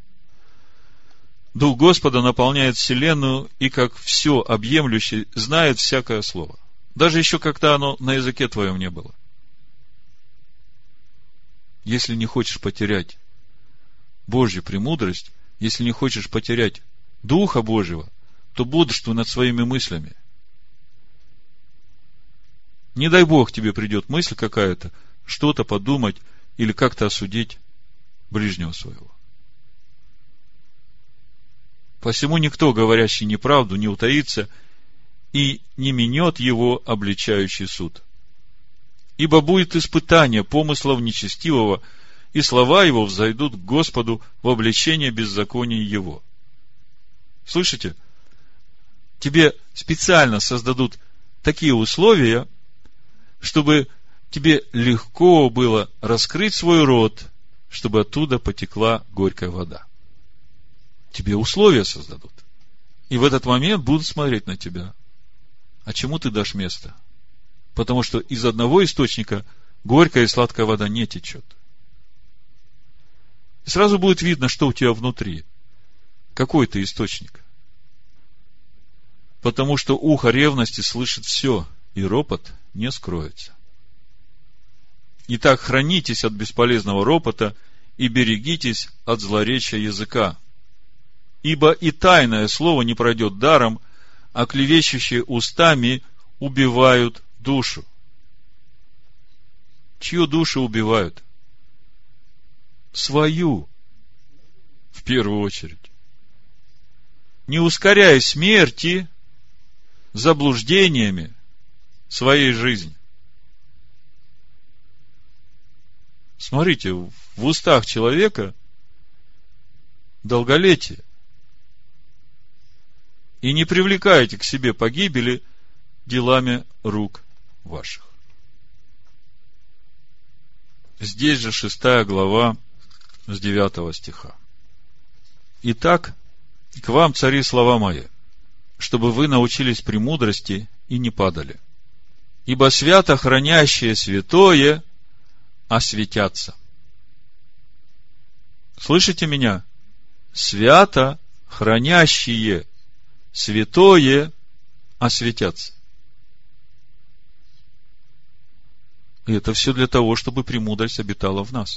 Дух Господа наполняет вселенную и, как все объемлющий, знает всякое слово. Даже еще когда оно на языке твоем не было. Если не хочешь потерять Божью премудрость, если не хочешь потерять Духа Божьего, то бодрствуй над своими мыслями. Не дай Бог тебе придет мысль какая-то, что-то подумать или как-то осудить ближнего своего. Посему никто, говорящий неправду, не утаится и не минет его обличающий суд. Ибо будет испытание помыслов нечестивого, и слова его взойдут к Господу в обличение беззакония его. Слышите? Тебе специально создадут такие условия, чтобы тебе легко было раскрыть свой рот, чтобы оттуда потекла горькая вода. Тебе условия создадут. И в этот момент будут смотреть на тебя. А чему ты дашь место? Потому что из одного источника горькая и сладкая вода не течет. И сразу будет видно, что у тебя внутри. Какой ты источник. Потому что ухо ревности слышит все, и ропот не скроется. Итак, хранитесь от бесполезного ропота и берегитесь от злоречия языка. Ибо и тайное слово не пройдет даром, а клевещущие устами убивают душу. Чью душу убивают? Свою, в первую очередь. Не ускоряя смерти заблуждениями своей жизни. Смотрите, в устах человека долголетие. И не привлекайте к себе погибели делами рук ваших. Здесь же шестая глава с девятого стиха. Итак, к вам, цари, слова мои, чтобы вы научились премудрости и не падали. Ибо свято хранящее святое осветятся. Слышите меня? Свято хранящие святое осветятся. И это все для того, чтобы премудрость обитала в нас.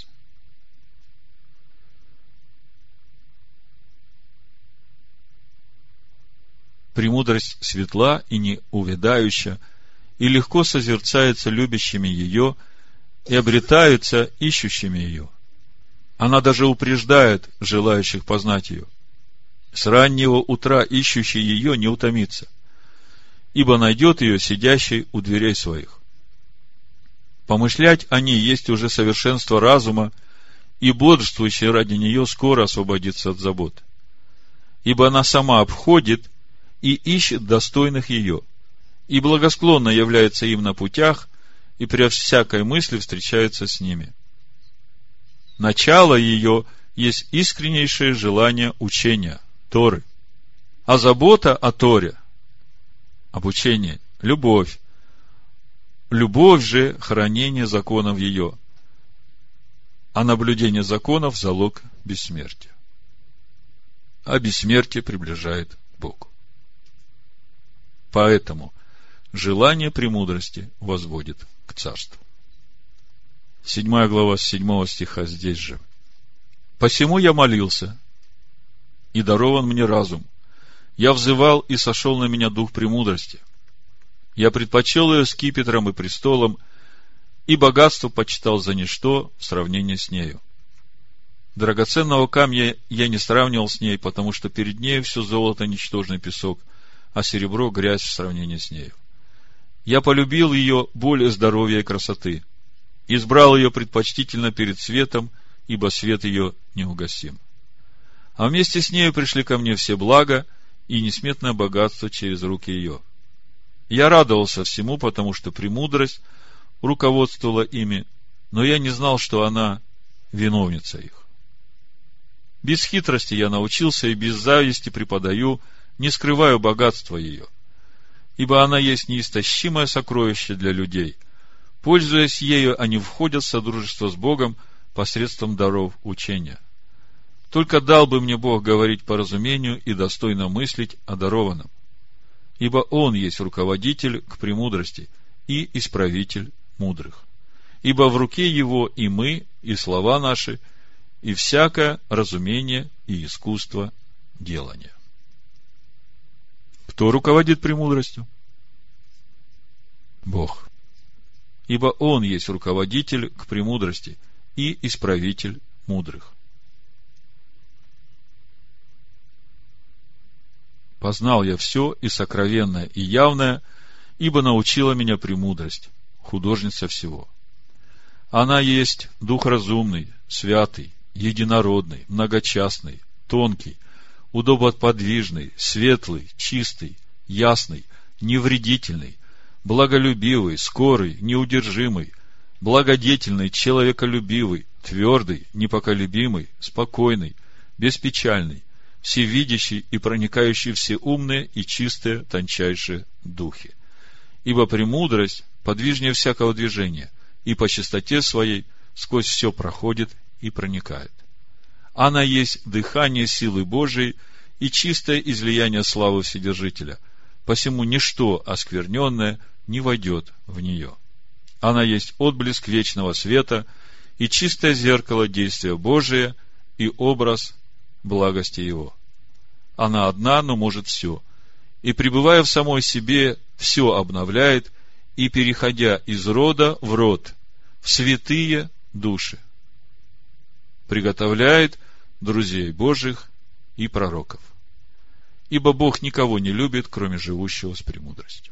Премудрость светла и не увядающая, и легко созерцается любящими ее, и обретается ищущими ее. Она даже упреждает желающих познать ее. С раннего утра ищущий ее не утомится, ибо найдет ее сидящей у дверей своих. Помышлять о ней есть уже совершенство разума, и бодрствующий ради нее скоро освободится от забот. Ибо она сама обходит и ищет достойных ее, и благосклонно является им на путях, и при всякой мысли встречается с ними. Начало ее есть искреннейшее желание учения, Торы. А забота о Торе, об учении, любовь. Любовь же – хранение законов ее, а наблюдение законов – залог бессмертия. А бессмертие приближает к Богу. Поэтому желание премудрости возводит к царству. Седьмая глава с седьмого стиха здесь же. «Посему я молился, и дарован мне разум. Я взывал, и сошел на меня дух премудрости. Я предпочел ее скипетром и престолом, и богатство почитал за ничто в сравнении с нею. Драгоценного камня я не сравнивал с ней, потому что перед нею все золото ничтожный песок, а серебро грязь в сравнении с нею. Я полюбил ее более здоровья и красоты, избрал ее предпочтительно перед светом, ибо свет ее неугасим. А вместе с нею пришли ко мне все блага и несметное богатство через руки ее. Я радовался всему, потому что премудрость руководствовала ими, но я не знал, что она виновница их. Без хитрости я научился и без зависти преподаю, не скрываю богатства ее, ибо она есть неистощимое сокровище для людей. Пользуясь ею, они входят в содружество с Богом посредством даров учения. Только дал бы мне Бог говорить по разумению и достойно мыслить о дарованном, ибо Он есть руководитель к премудрости и исправитель мудрых. Ибо в руке Его и мы, и слова наши, и всякое разумение и искусство делания». Кто руководит премудростью? Бог. Ибо Он есть руководитель к премудрости и исправитель мудрых. Познал я все и сокровенное, и явное, ибо научила меня премудрость, художница всего. Она есть дух разумный, святый, единородный, многочастный, тонкий, удобоподвижный, светлый, чистый, ясный, невредительный, благолюбивый, скорый, неудержимый, благодетельный, человеколюбивый, твердый, непоколебимый, спокойный, беспечальный, всевидящий и проникающий все умные и чистые тончайшие духи. Ибо премудрость подвижнее всякого движения, и по чистоте своей сквозь все проходит и проникает. Она есть дыхание силы Божией и чистое излияние славы Вседержителя, посему ничто оскверненное не войдет в нее. Она есть отблеск вечного света и чистое зеркало действия Божия и образ благости Его. Она одна, но может все, и, пребывая в самой себе, все обновляет, и, переходя из рода в род, в святые души, приготовляет друзей Божьих и пророков. Ибо Бог никого не любит, кроме живущего с премудростью.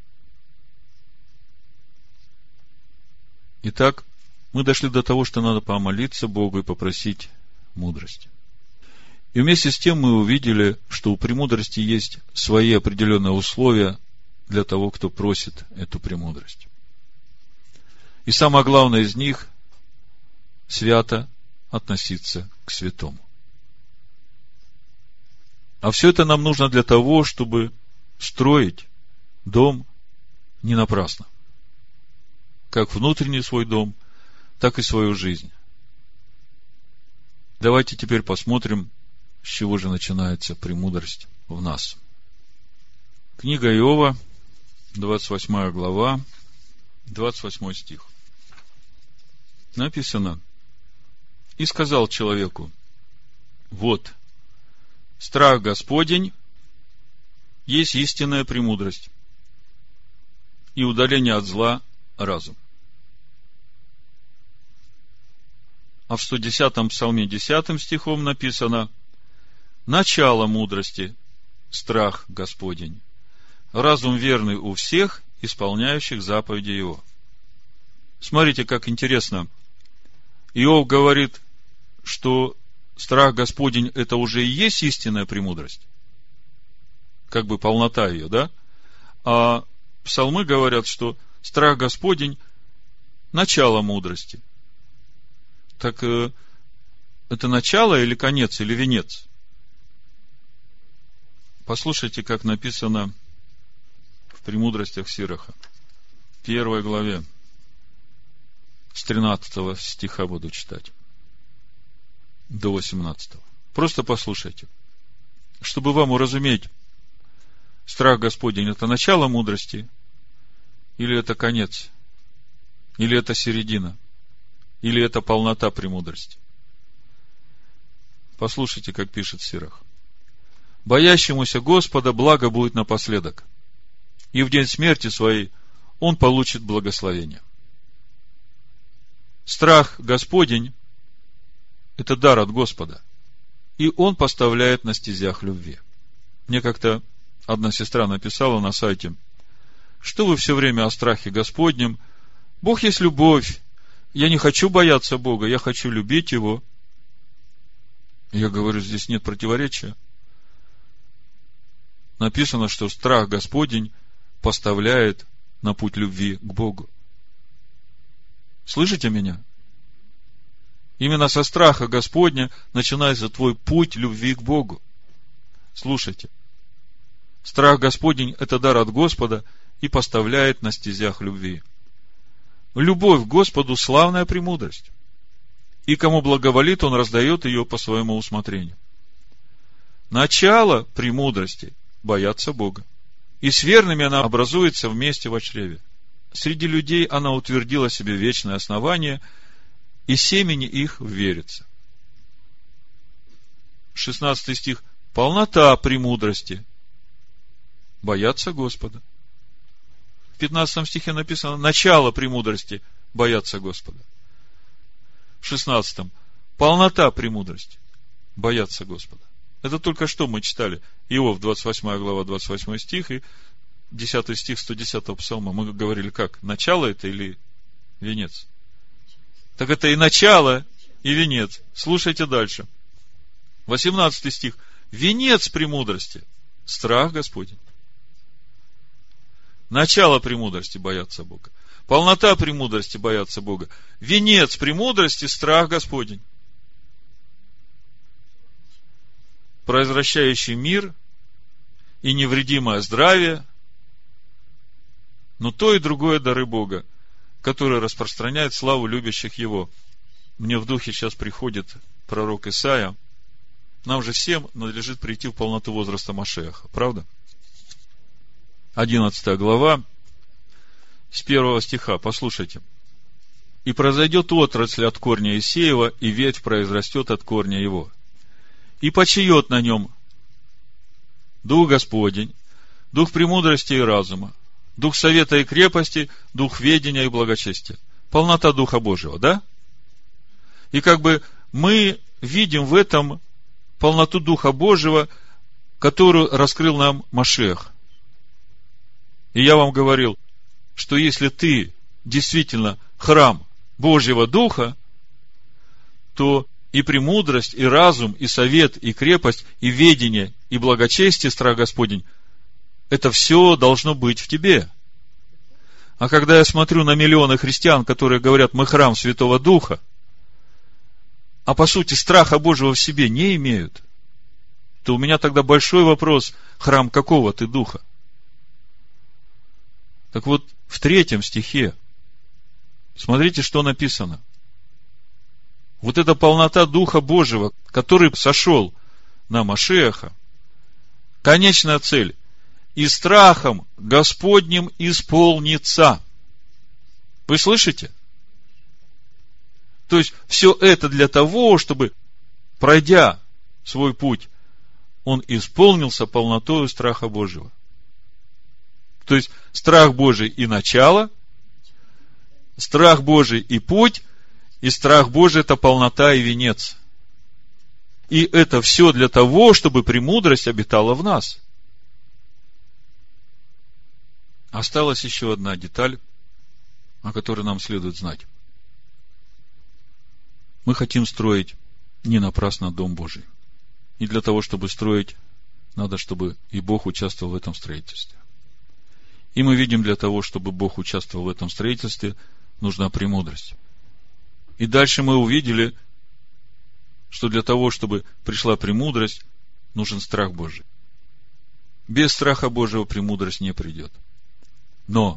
Итак, мы дошли до того, что надо помолиться Богу и попросить мудрости. И вместе с тем мы увидели, что у премудрости есть свои определенные условия для того, кто просит эту премудрость. И самое главное из них – свято относиться к святому. А все это нам нужно для того, чтобы строить дом не напрасно. Как внутренний свой дом, так и свою жизнь. Давайте теперь посмотрим, с чего же начинается премудрость в нас. Книга Иова, двадцать восьмая глава, двадцать восьмой стих. Написано: «И сказал человеку: вот, страх Господень есть истинная премудрость, и удаление от зла разум». А в сто десятом псалме десятым стихом написано: «Начало мудрости – страх Господень, разум верный у всех, исполняющих заповеди Его». Смотрите, как интересно. Иов говорит, что страх Господень – это уже и есть истинная премудрость. Как бы полнота ее, да? А псалмы говорят, что страх Господень – начало мудрости. Так э, это начало или конец, или венец? Послушайте, как написано в «Премудростях Сираха». В первой главе, с тринадцатого стиха буду читать до восемнадцатого. Просто послушайте. Чтобы вам уразуметь, страх Господень – это начало мудрости, или это конец, или это середина, или это полнота премудрости. Послушайте, как пишет Сирах. «Боящемуся Господа благо будет напоследок, и в день смерти своей он получит благословение». Страх Господень – это дар от Господа, и он поставляет на стезях любви. Мне как-то одна сестра написала на сайте: что вы все время о страхе Господнем? Бог есть любовь. Я не хочу бояться Бога, я хочу любить Его. Я говорю, здесь нет противоречия. Написано, что страх Господень поставляет на путь любви к Богу. Слышите меня? Именно со страха Господня начинается твой путь любви к Богу. Слушайте. Страх Господень – это дар от Господа и поставляет на стезях любви. Любовь к Господу – славная премудрость. И кому благоволит, он раздает ее по своему усмотрению. Начало премудрости – бояться Бога. И с верными она образуется вместе во чреве. Среди людей она утвердила себе вечное основание, и семени их верится. шестнадцатый стих. Полнота премудрости – бояться Господа. В пятнадцатом стихе написано: начало премудрости – бояться Господа. В шестнадцатом – полнота премудрости – бояться Господа. Это только что мы читали. Иов, двадцать восьмая глава, двадцать восьмой стих, и десятый стих сто десятого псалма. Мы говорили, как? Начало это или венец? Так это и начало, и венец. Слушайте дальше. восемнадцатый стих. Венец премудрости – страх Господень. Начало премудрости – бояться Бога. Полнота премудрости — бояться Бога. Венец премудрости — страх Господень, произвращающий мир и невредимое здравие, но то и другое дары Бога, которые распространяют славу любящих Его. Мне в духе сейчас приходит пророк Исаия. Нам же всем надлежит прийти в полноту возраста Машиаха, правда? Одиннадцатая глава, с первого стиха, послушайте. «И произойдет отрасль от корня Иисеева, и ветвь произрастет от корня его. И почиет на нем Дух Господень, Дух премудрости и разума, Дух совета и крепости, Дух ведения и благочестия». Полнота Духа Божьего, да? И как бы мы видим в этом полноту Духа Божьего, которую раскрыл нам Машиах. И я вам говорил, что если ты действительно храм Божьего Духа, то и премудрость, и разум, и совет, и крепость, и ведение, и благочестие, страх Господень, это все должно быть в тебе. А когда я смотрю на миллионы христиан, которые говорят, мы храм Святого Духа, а по сути страха Божьего в себе не имеют, то у меня тогда большой вопрос, храм какого ты Духа? Так вот, в третьем стихе, смотрите, что написано. Вот эта полнота Духа Божьего, который сошел на Машиаха, конечная цель, и страхом Господним исполнится. Вы слышите? То есть, все это для того, чтобы, пройдя свой путь, он исполнился полнотою страха Божьего. То есть, страх Божий и начало, страх Божий и путь, и страх Божий — это полнота и венец. И это все для того, чтобы премудрость обитала в нас. Осталась еще одна деталь, о которой нам следует знать. Мы хотим строить не напрасно Дом Божий. И для того, чтобы строить, надо, чтобы и Бог участвовал в этом строительстве. И мы видим, для того, чтобы Бог участвовал в этом строительстве, нужна премудрость. И дальше мы увидели, что для того, чтобы пришла премудрость, нужен страх Божий. Без страха Божьего премудрость не придет. Но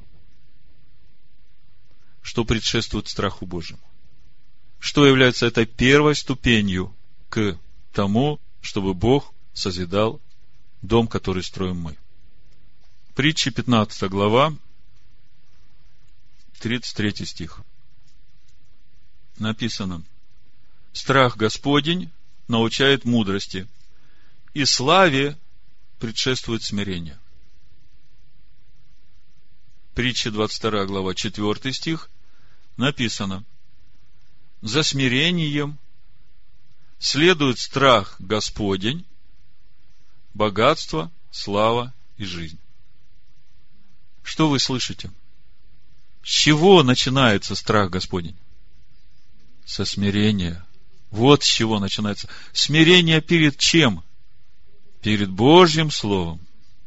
что предшествует страху Божьему? Что является этой первой ступенью к тому, чтобы Бог созидал дом, который строим мы? Притчи, пятнадцатая глава, тридцать третий стих. Написано: страх Господень научает мудрости, и славе предшествует смирение. Притча, двадцать вторая глава, четвертый стих, написано: за смирением следует страх Господень, богатство, слава и жизнь. Что вы слышите? С чего начинается страх Господень? Со смирения. Вот с чего начинается. Смирение перед чем? Перед Божьим Словом.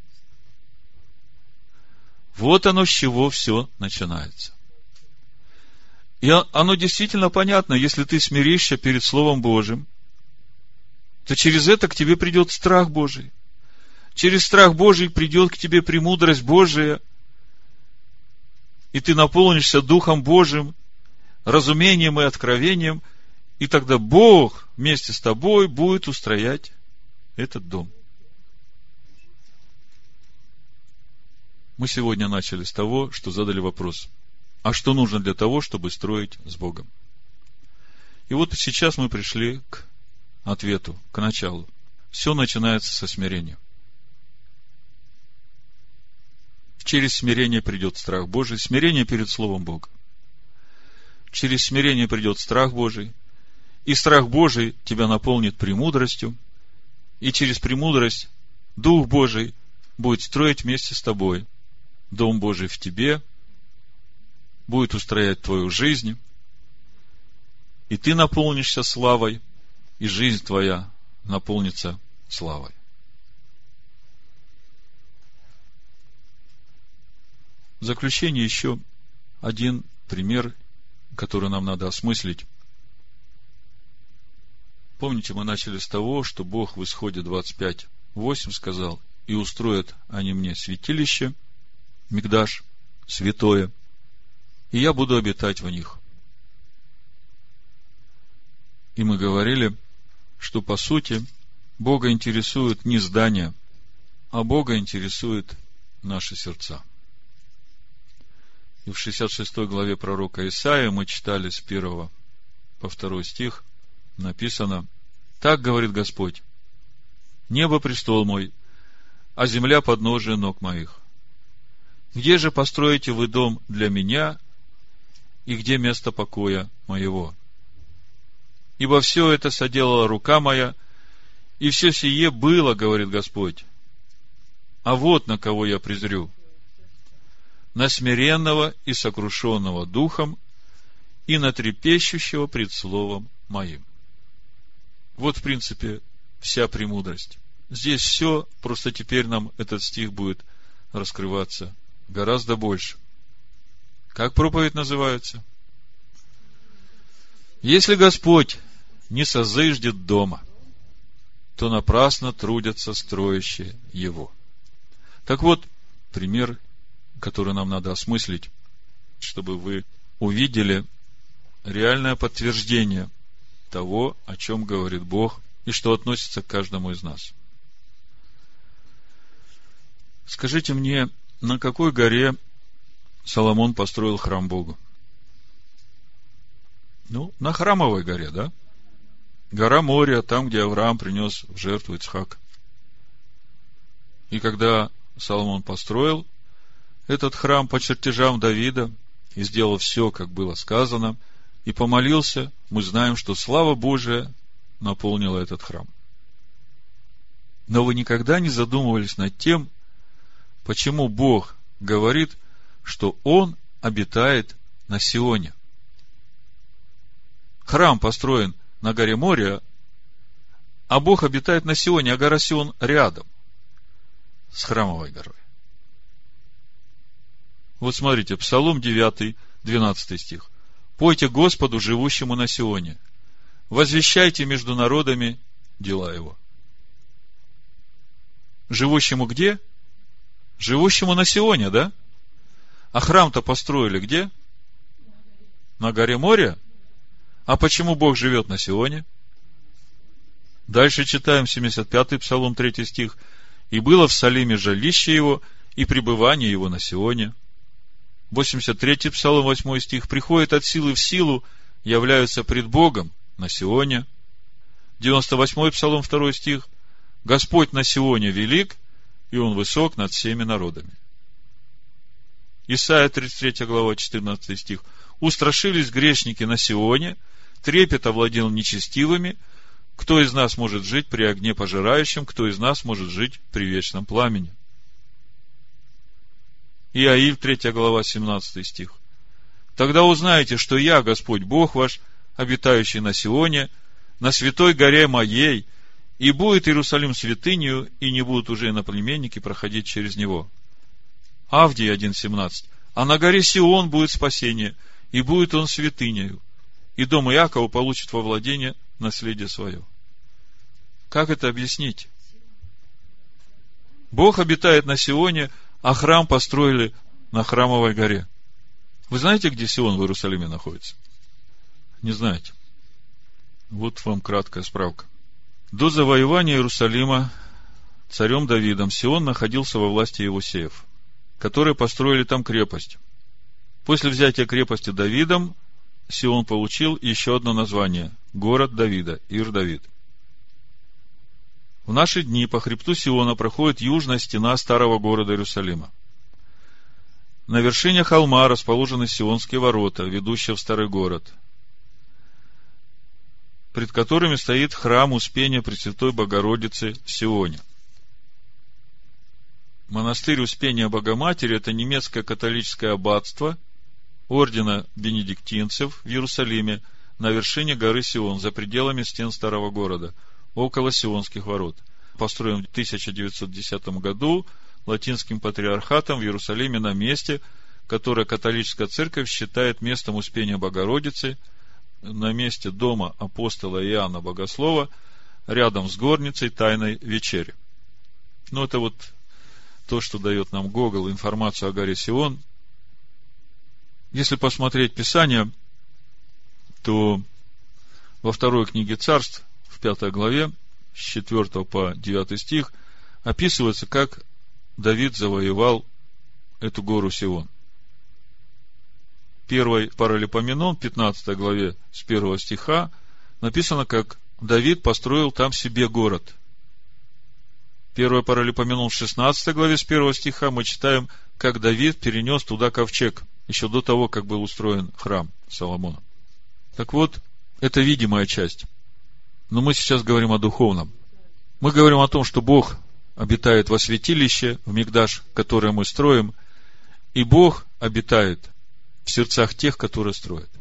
Вот оно, с чего все начинается. И оно действительно понятно, если ты смиришься перед Словом Божьим, то через это к тебе придет страх Божий. Через страх Божий придет к тебе премудрость Божия, и ты наполнишься Духом Божьим, разумением и откровением, и тогда Бог вместе с тобой будет устроять этот дом. Мы сегодня начали с того, что задали вопрос: а что нужно для того, чтобы строить с Богом? И вот сейчас мы пришли к ответу, к началу. Все начинается со смирения. Через смирение придет страх Божий, смирение перед Словом Бога. Через смирение придет страх Божий, и страх Божий тебя наполнит премудростью, и через премудрость Дух Божий будет строить вместе с тобой Дом Божий в тебе, будет устроять твою жизнь, и ты наполнишься славой, и жизнь твоя наполнится славой. В заключение еще один пример, который нам надо осмыслить. Помните, мы начали с того, что Бог в Исходе двадцать пять восемь сказал: «И устроят они мне святилище, микдаш, святое, и я буду обитать в них». И мы говорили, что по сути Бога интересует не здание, а Бога интересует наши сердца. И в шестьдесят шестой главе пророка Исаии мы читали с первого по второй стих, написано: «Так говорит Господь: небо престол мой, а земля подножие ног моих. Где же построите вы дом для меня, и где место покоя моего? Ибо все это соделала рука моя, и все сие было, говорит Господь. А вот на кого я презрю: на смиренного и сокрушенного духом, и на трепещущего пред словом моим». Вот, в принципе, вся премудрость. Здесь все, просто теперь нам этот стих будет раскрываться гораздо больше. Как проповедь называется? «Если Господь не созыждет дома, то напрасно трудятся строящие его». Так вот, пример, который нам надо осмыслить, чтобы вы увидели реальное подтверждение того, о чем говорит Бог, и что относится к каждому из нас. Скажите мне, на какой горе Соломон построил храм Богу? Ну, на Храмовой горе, да? Гора Мория, там, где Авраам принес в жертву Ицхака. И когда Соломон построил этот храм по чертежам Давида и сделал все, как было сказано, и помолился, мы знаем, что слава Божия наполнила этот храм. Но вы никогда не задумывались над тем, почему Бог говорит, что Он обитает на Сионе? Храм построен на горе Мория, а Бог обитает на Сионе, а гора Сион рядом с Храмовой горой. Вот смотрите, Псалом девять, двенадцатый стих. «Пойте Господу, живущему на Сионе, возвещайте между народами дела Его». Живущему где? Живущему на Сионе, да? А храм-то построили где? На горе Мория? А почему Бог живет на Сионе? Дальше читаем семьдесят пятый Псалом, третий стих. «И было в Салиме жилище Его, и пребывание Его на Сионе». восемьдесят третий Псалом, восьмой стих. «Приходят от силы в силу, являются пред Богом на Сионе». девяносто восьмой Псалом, второй стих. «Господь на Сионе велик, и Он высок над всеми народами». Исайя тридцать третья глава, четырнадцатый стих. «Устрашились грешники на Сионе, трепет овладел нечестивыми. Кто из нас может жить при огне пожирающем? Кто из нас может жить при вечном пламени?» Иаиль, третья глава, семнадцатый стих. «Тогда узнаете, что я, Господь Бог ваш, обитающий на Сионе, на святой горе моей, и будет Иерусалим святынею, и не будут уже иноплеменники проходить через него». Авдий один семнадцать. «А на горе Сион будет спасение, и будет он святынею, и дом Иакова получит во владение наследие свое». Как это объяснить? Бог обитает на Сионе, а храм построили на Храмовой горе. Вы знаете, где Сион в Иерусалиме находится? Не знаете. Вот вам краткая справка. До завоевания Иерусалима царем Давидом Сион находился во власти Иевусеев, которые построили там крепость. После взятия крепости Давидом Сион получил еще одно название – город Давида, Ир-Давид. В наши дни по хребту Сиона проходит южная стена старого города Иерусалима. На вершине холма расположены Сионские ворота, ведущие в старый город, пред которыми стоит храм Успения Пресвятой Богородицы в Сионе. Монастырь Успения Богоматери – это немецкое католическое аббатство ордена бенедиктинцев в Иерусалиме на вершине горы Сион, за пределами стен старого города, около Сионских ворот. Построен в тысяча девятьсот десятом году латинским патриархатом в Иерусалиме на месте, которое католическая церковь считает местом Успения Богородицы, на месте дома апостола Иоанна Богослова, рядом с горницей Тайной вечери. Ну, это вот то, что дает нам Гогол, информацию о горе Сион. Если посмотреть Писание, то во второй книге Царств, в пятой главе, с четвёртого по девятый стих, описывается, как Давид завоевал эту гору Сион. Первый Паралипоменон, в пятнадцатой главе, с первого стиха, написано, как Давид построил там себе город. Первый Паралипоменон, в шестнадцатой главе, с первого стиха, мы читаем, как Давид перенес туда ковчег, еще до того, как был устроен храм Соломона. Так вот, это видимая часть. Но мы сейчас говорим о духовном. Мы говорим о том, что Бог обитает во святилище, в микдаш, которое мы строим, и Бог обитает в сердцах тех, которые строят.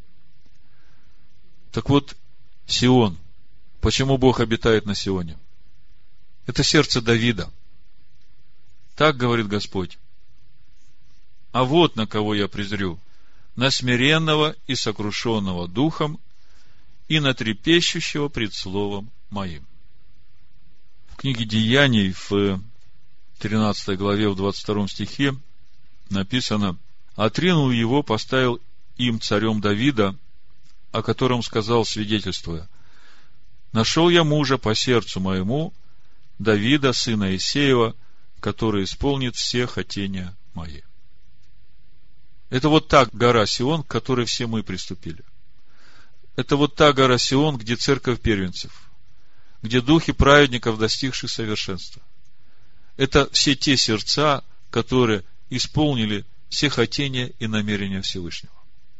Так вот, Сион. Почему Бог обитает на Сионе? Это сердце Давида. Так говорит Господь. А вот на кого я презрю: на смиренного и сокрушенного духом, и на трепещущего пред словом моим. В книге Деяний, в тринадцатой главе, в двадцать втором стихе написано: отринул его, поставил им царем Давида, о котором сказал, свидетельствуя: нашел я мужа по сердцу моему, Давида, сына Иссеева, который исполнит все хотения мои. Это вот та гора Сион, к которой все мы приступили. Это вот та гора Сион, где церковь первенцев, где духи праведников, достигших совершенства. Это все те сердца, которые исполнили все хотения и намерения Всевышнего.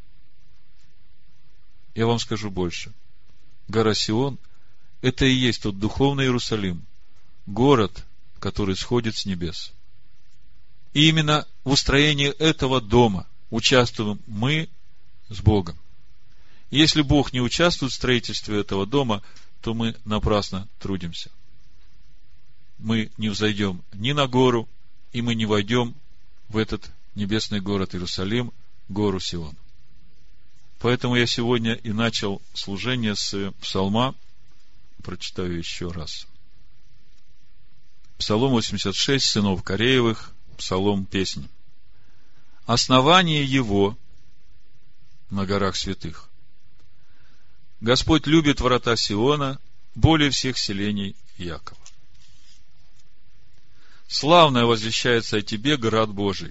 Я вам скажу больше. Гора Сион – это и есть тот духовный Иерусалим, город, который сходит с небес. И именно в устроении этого дома участвуем мы с Богом. Если Бог не участвует в строительстве этого дома, то мы напрасно трудимся. Мы не взойдем ни на гору, и мы не войдем в этот небесный город Иерусалим, гору Сион. Поэтому я сегодня и начал служение с псалма. Прочитаю еще раз. Псалом восемьдесят шесть, сынов Кореевых, псалом песни. Основание его на горах святых. Господь любит врата Сиона более всех селений Якова. Славное возвещается о тебе, град Божий.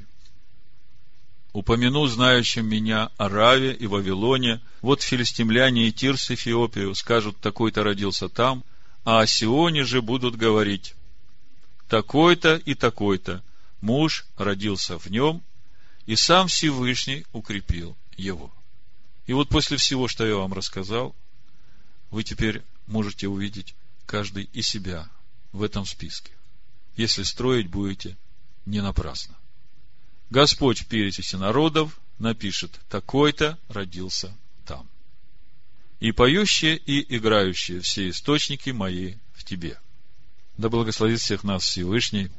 Упомяну знающим меня о Раве и Вавилоне. Вот филистимляне и Тир с Эфиопию скажут: такой-то родился там, а о Сионе же будут говорить: такой-то и такой-то муж родился в нем, и сам Всевышний укрепил его. И вот после всего, что я вам рассказал, вы теперь можете увидеть каждый и себя в этом списке, если строить будете не напрасно. Господь в перечиси народов напишет: такой-то родился там. И поющие, и играющие все источники мои в тебе. Да благословит всех нас Всевышний,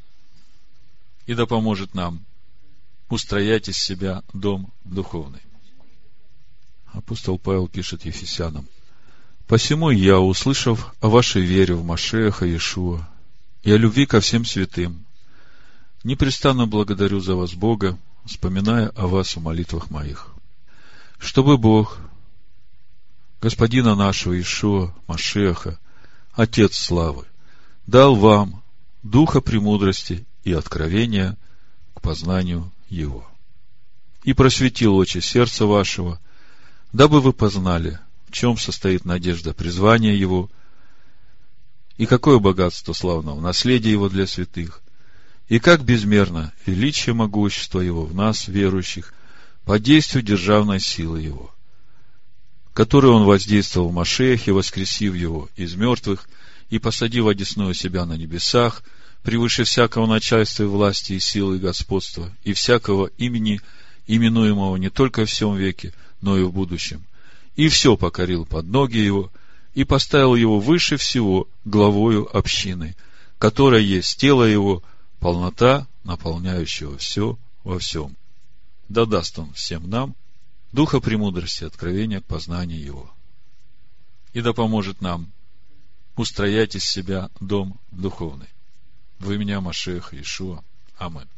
и да поможет нам устроять из себя дом духовный. Апостол Павел пишет Ефесянам: посему я, услышав о вашей вере в Машиаха Иешуа и о любви ко всем святым, непрестанно благодарю за вас Бога, вспоминая о вас в молитвах моих, чтобы Бог, Господина нашего Иешуа Машиаха, Отец славы, дал вам духа премудрости и откровения к познанию Его, и просветил очи сердца вашего, дабы вы познали, в чем состоит надежда призвания Его, и какое богатство славного наследия Его для святых, и как безмерно величие могущества Его в нас, верующих, по действию державной силы Его, которой Он воздействовал в Машиахе, воскресив Его из мертвых и посадив одесную себя на небесах, превыше всякого начальства и власти, и силы, и господства, и всякого имени, именуемого не только в сем веке, но и в будущем, и все покорил под ноги Его, и поставил Его выше всего главою общины, которая есть тело Его, полнота, наполняющего все во всем. да даст Он всем нам духа премудрости, откровения, познания Его. И да поможет нам устроять из себя дом духовный. Во имя Машиаха Иешуа. Аминь.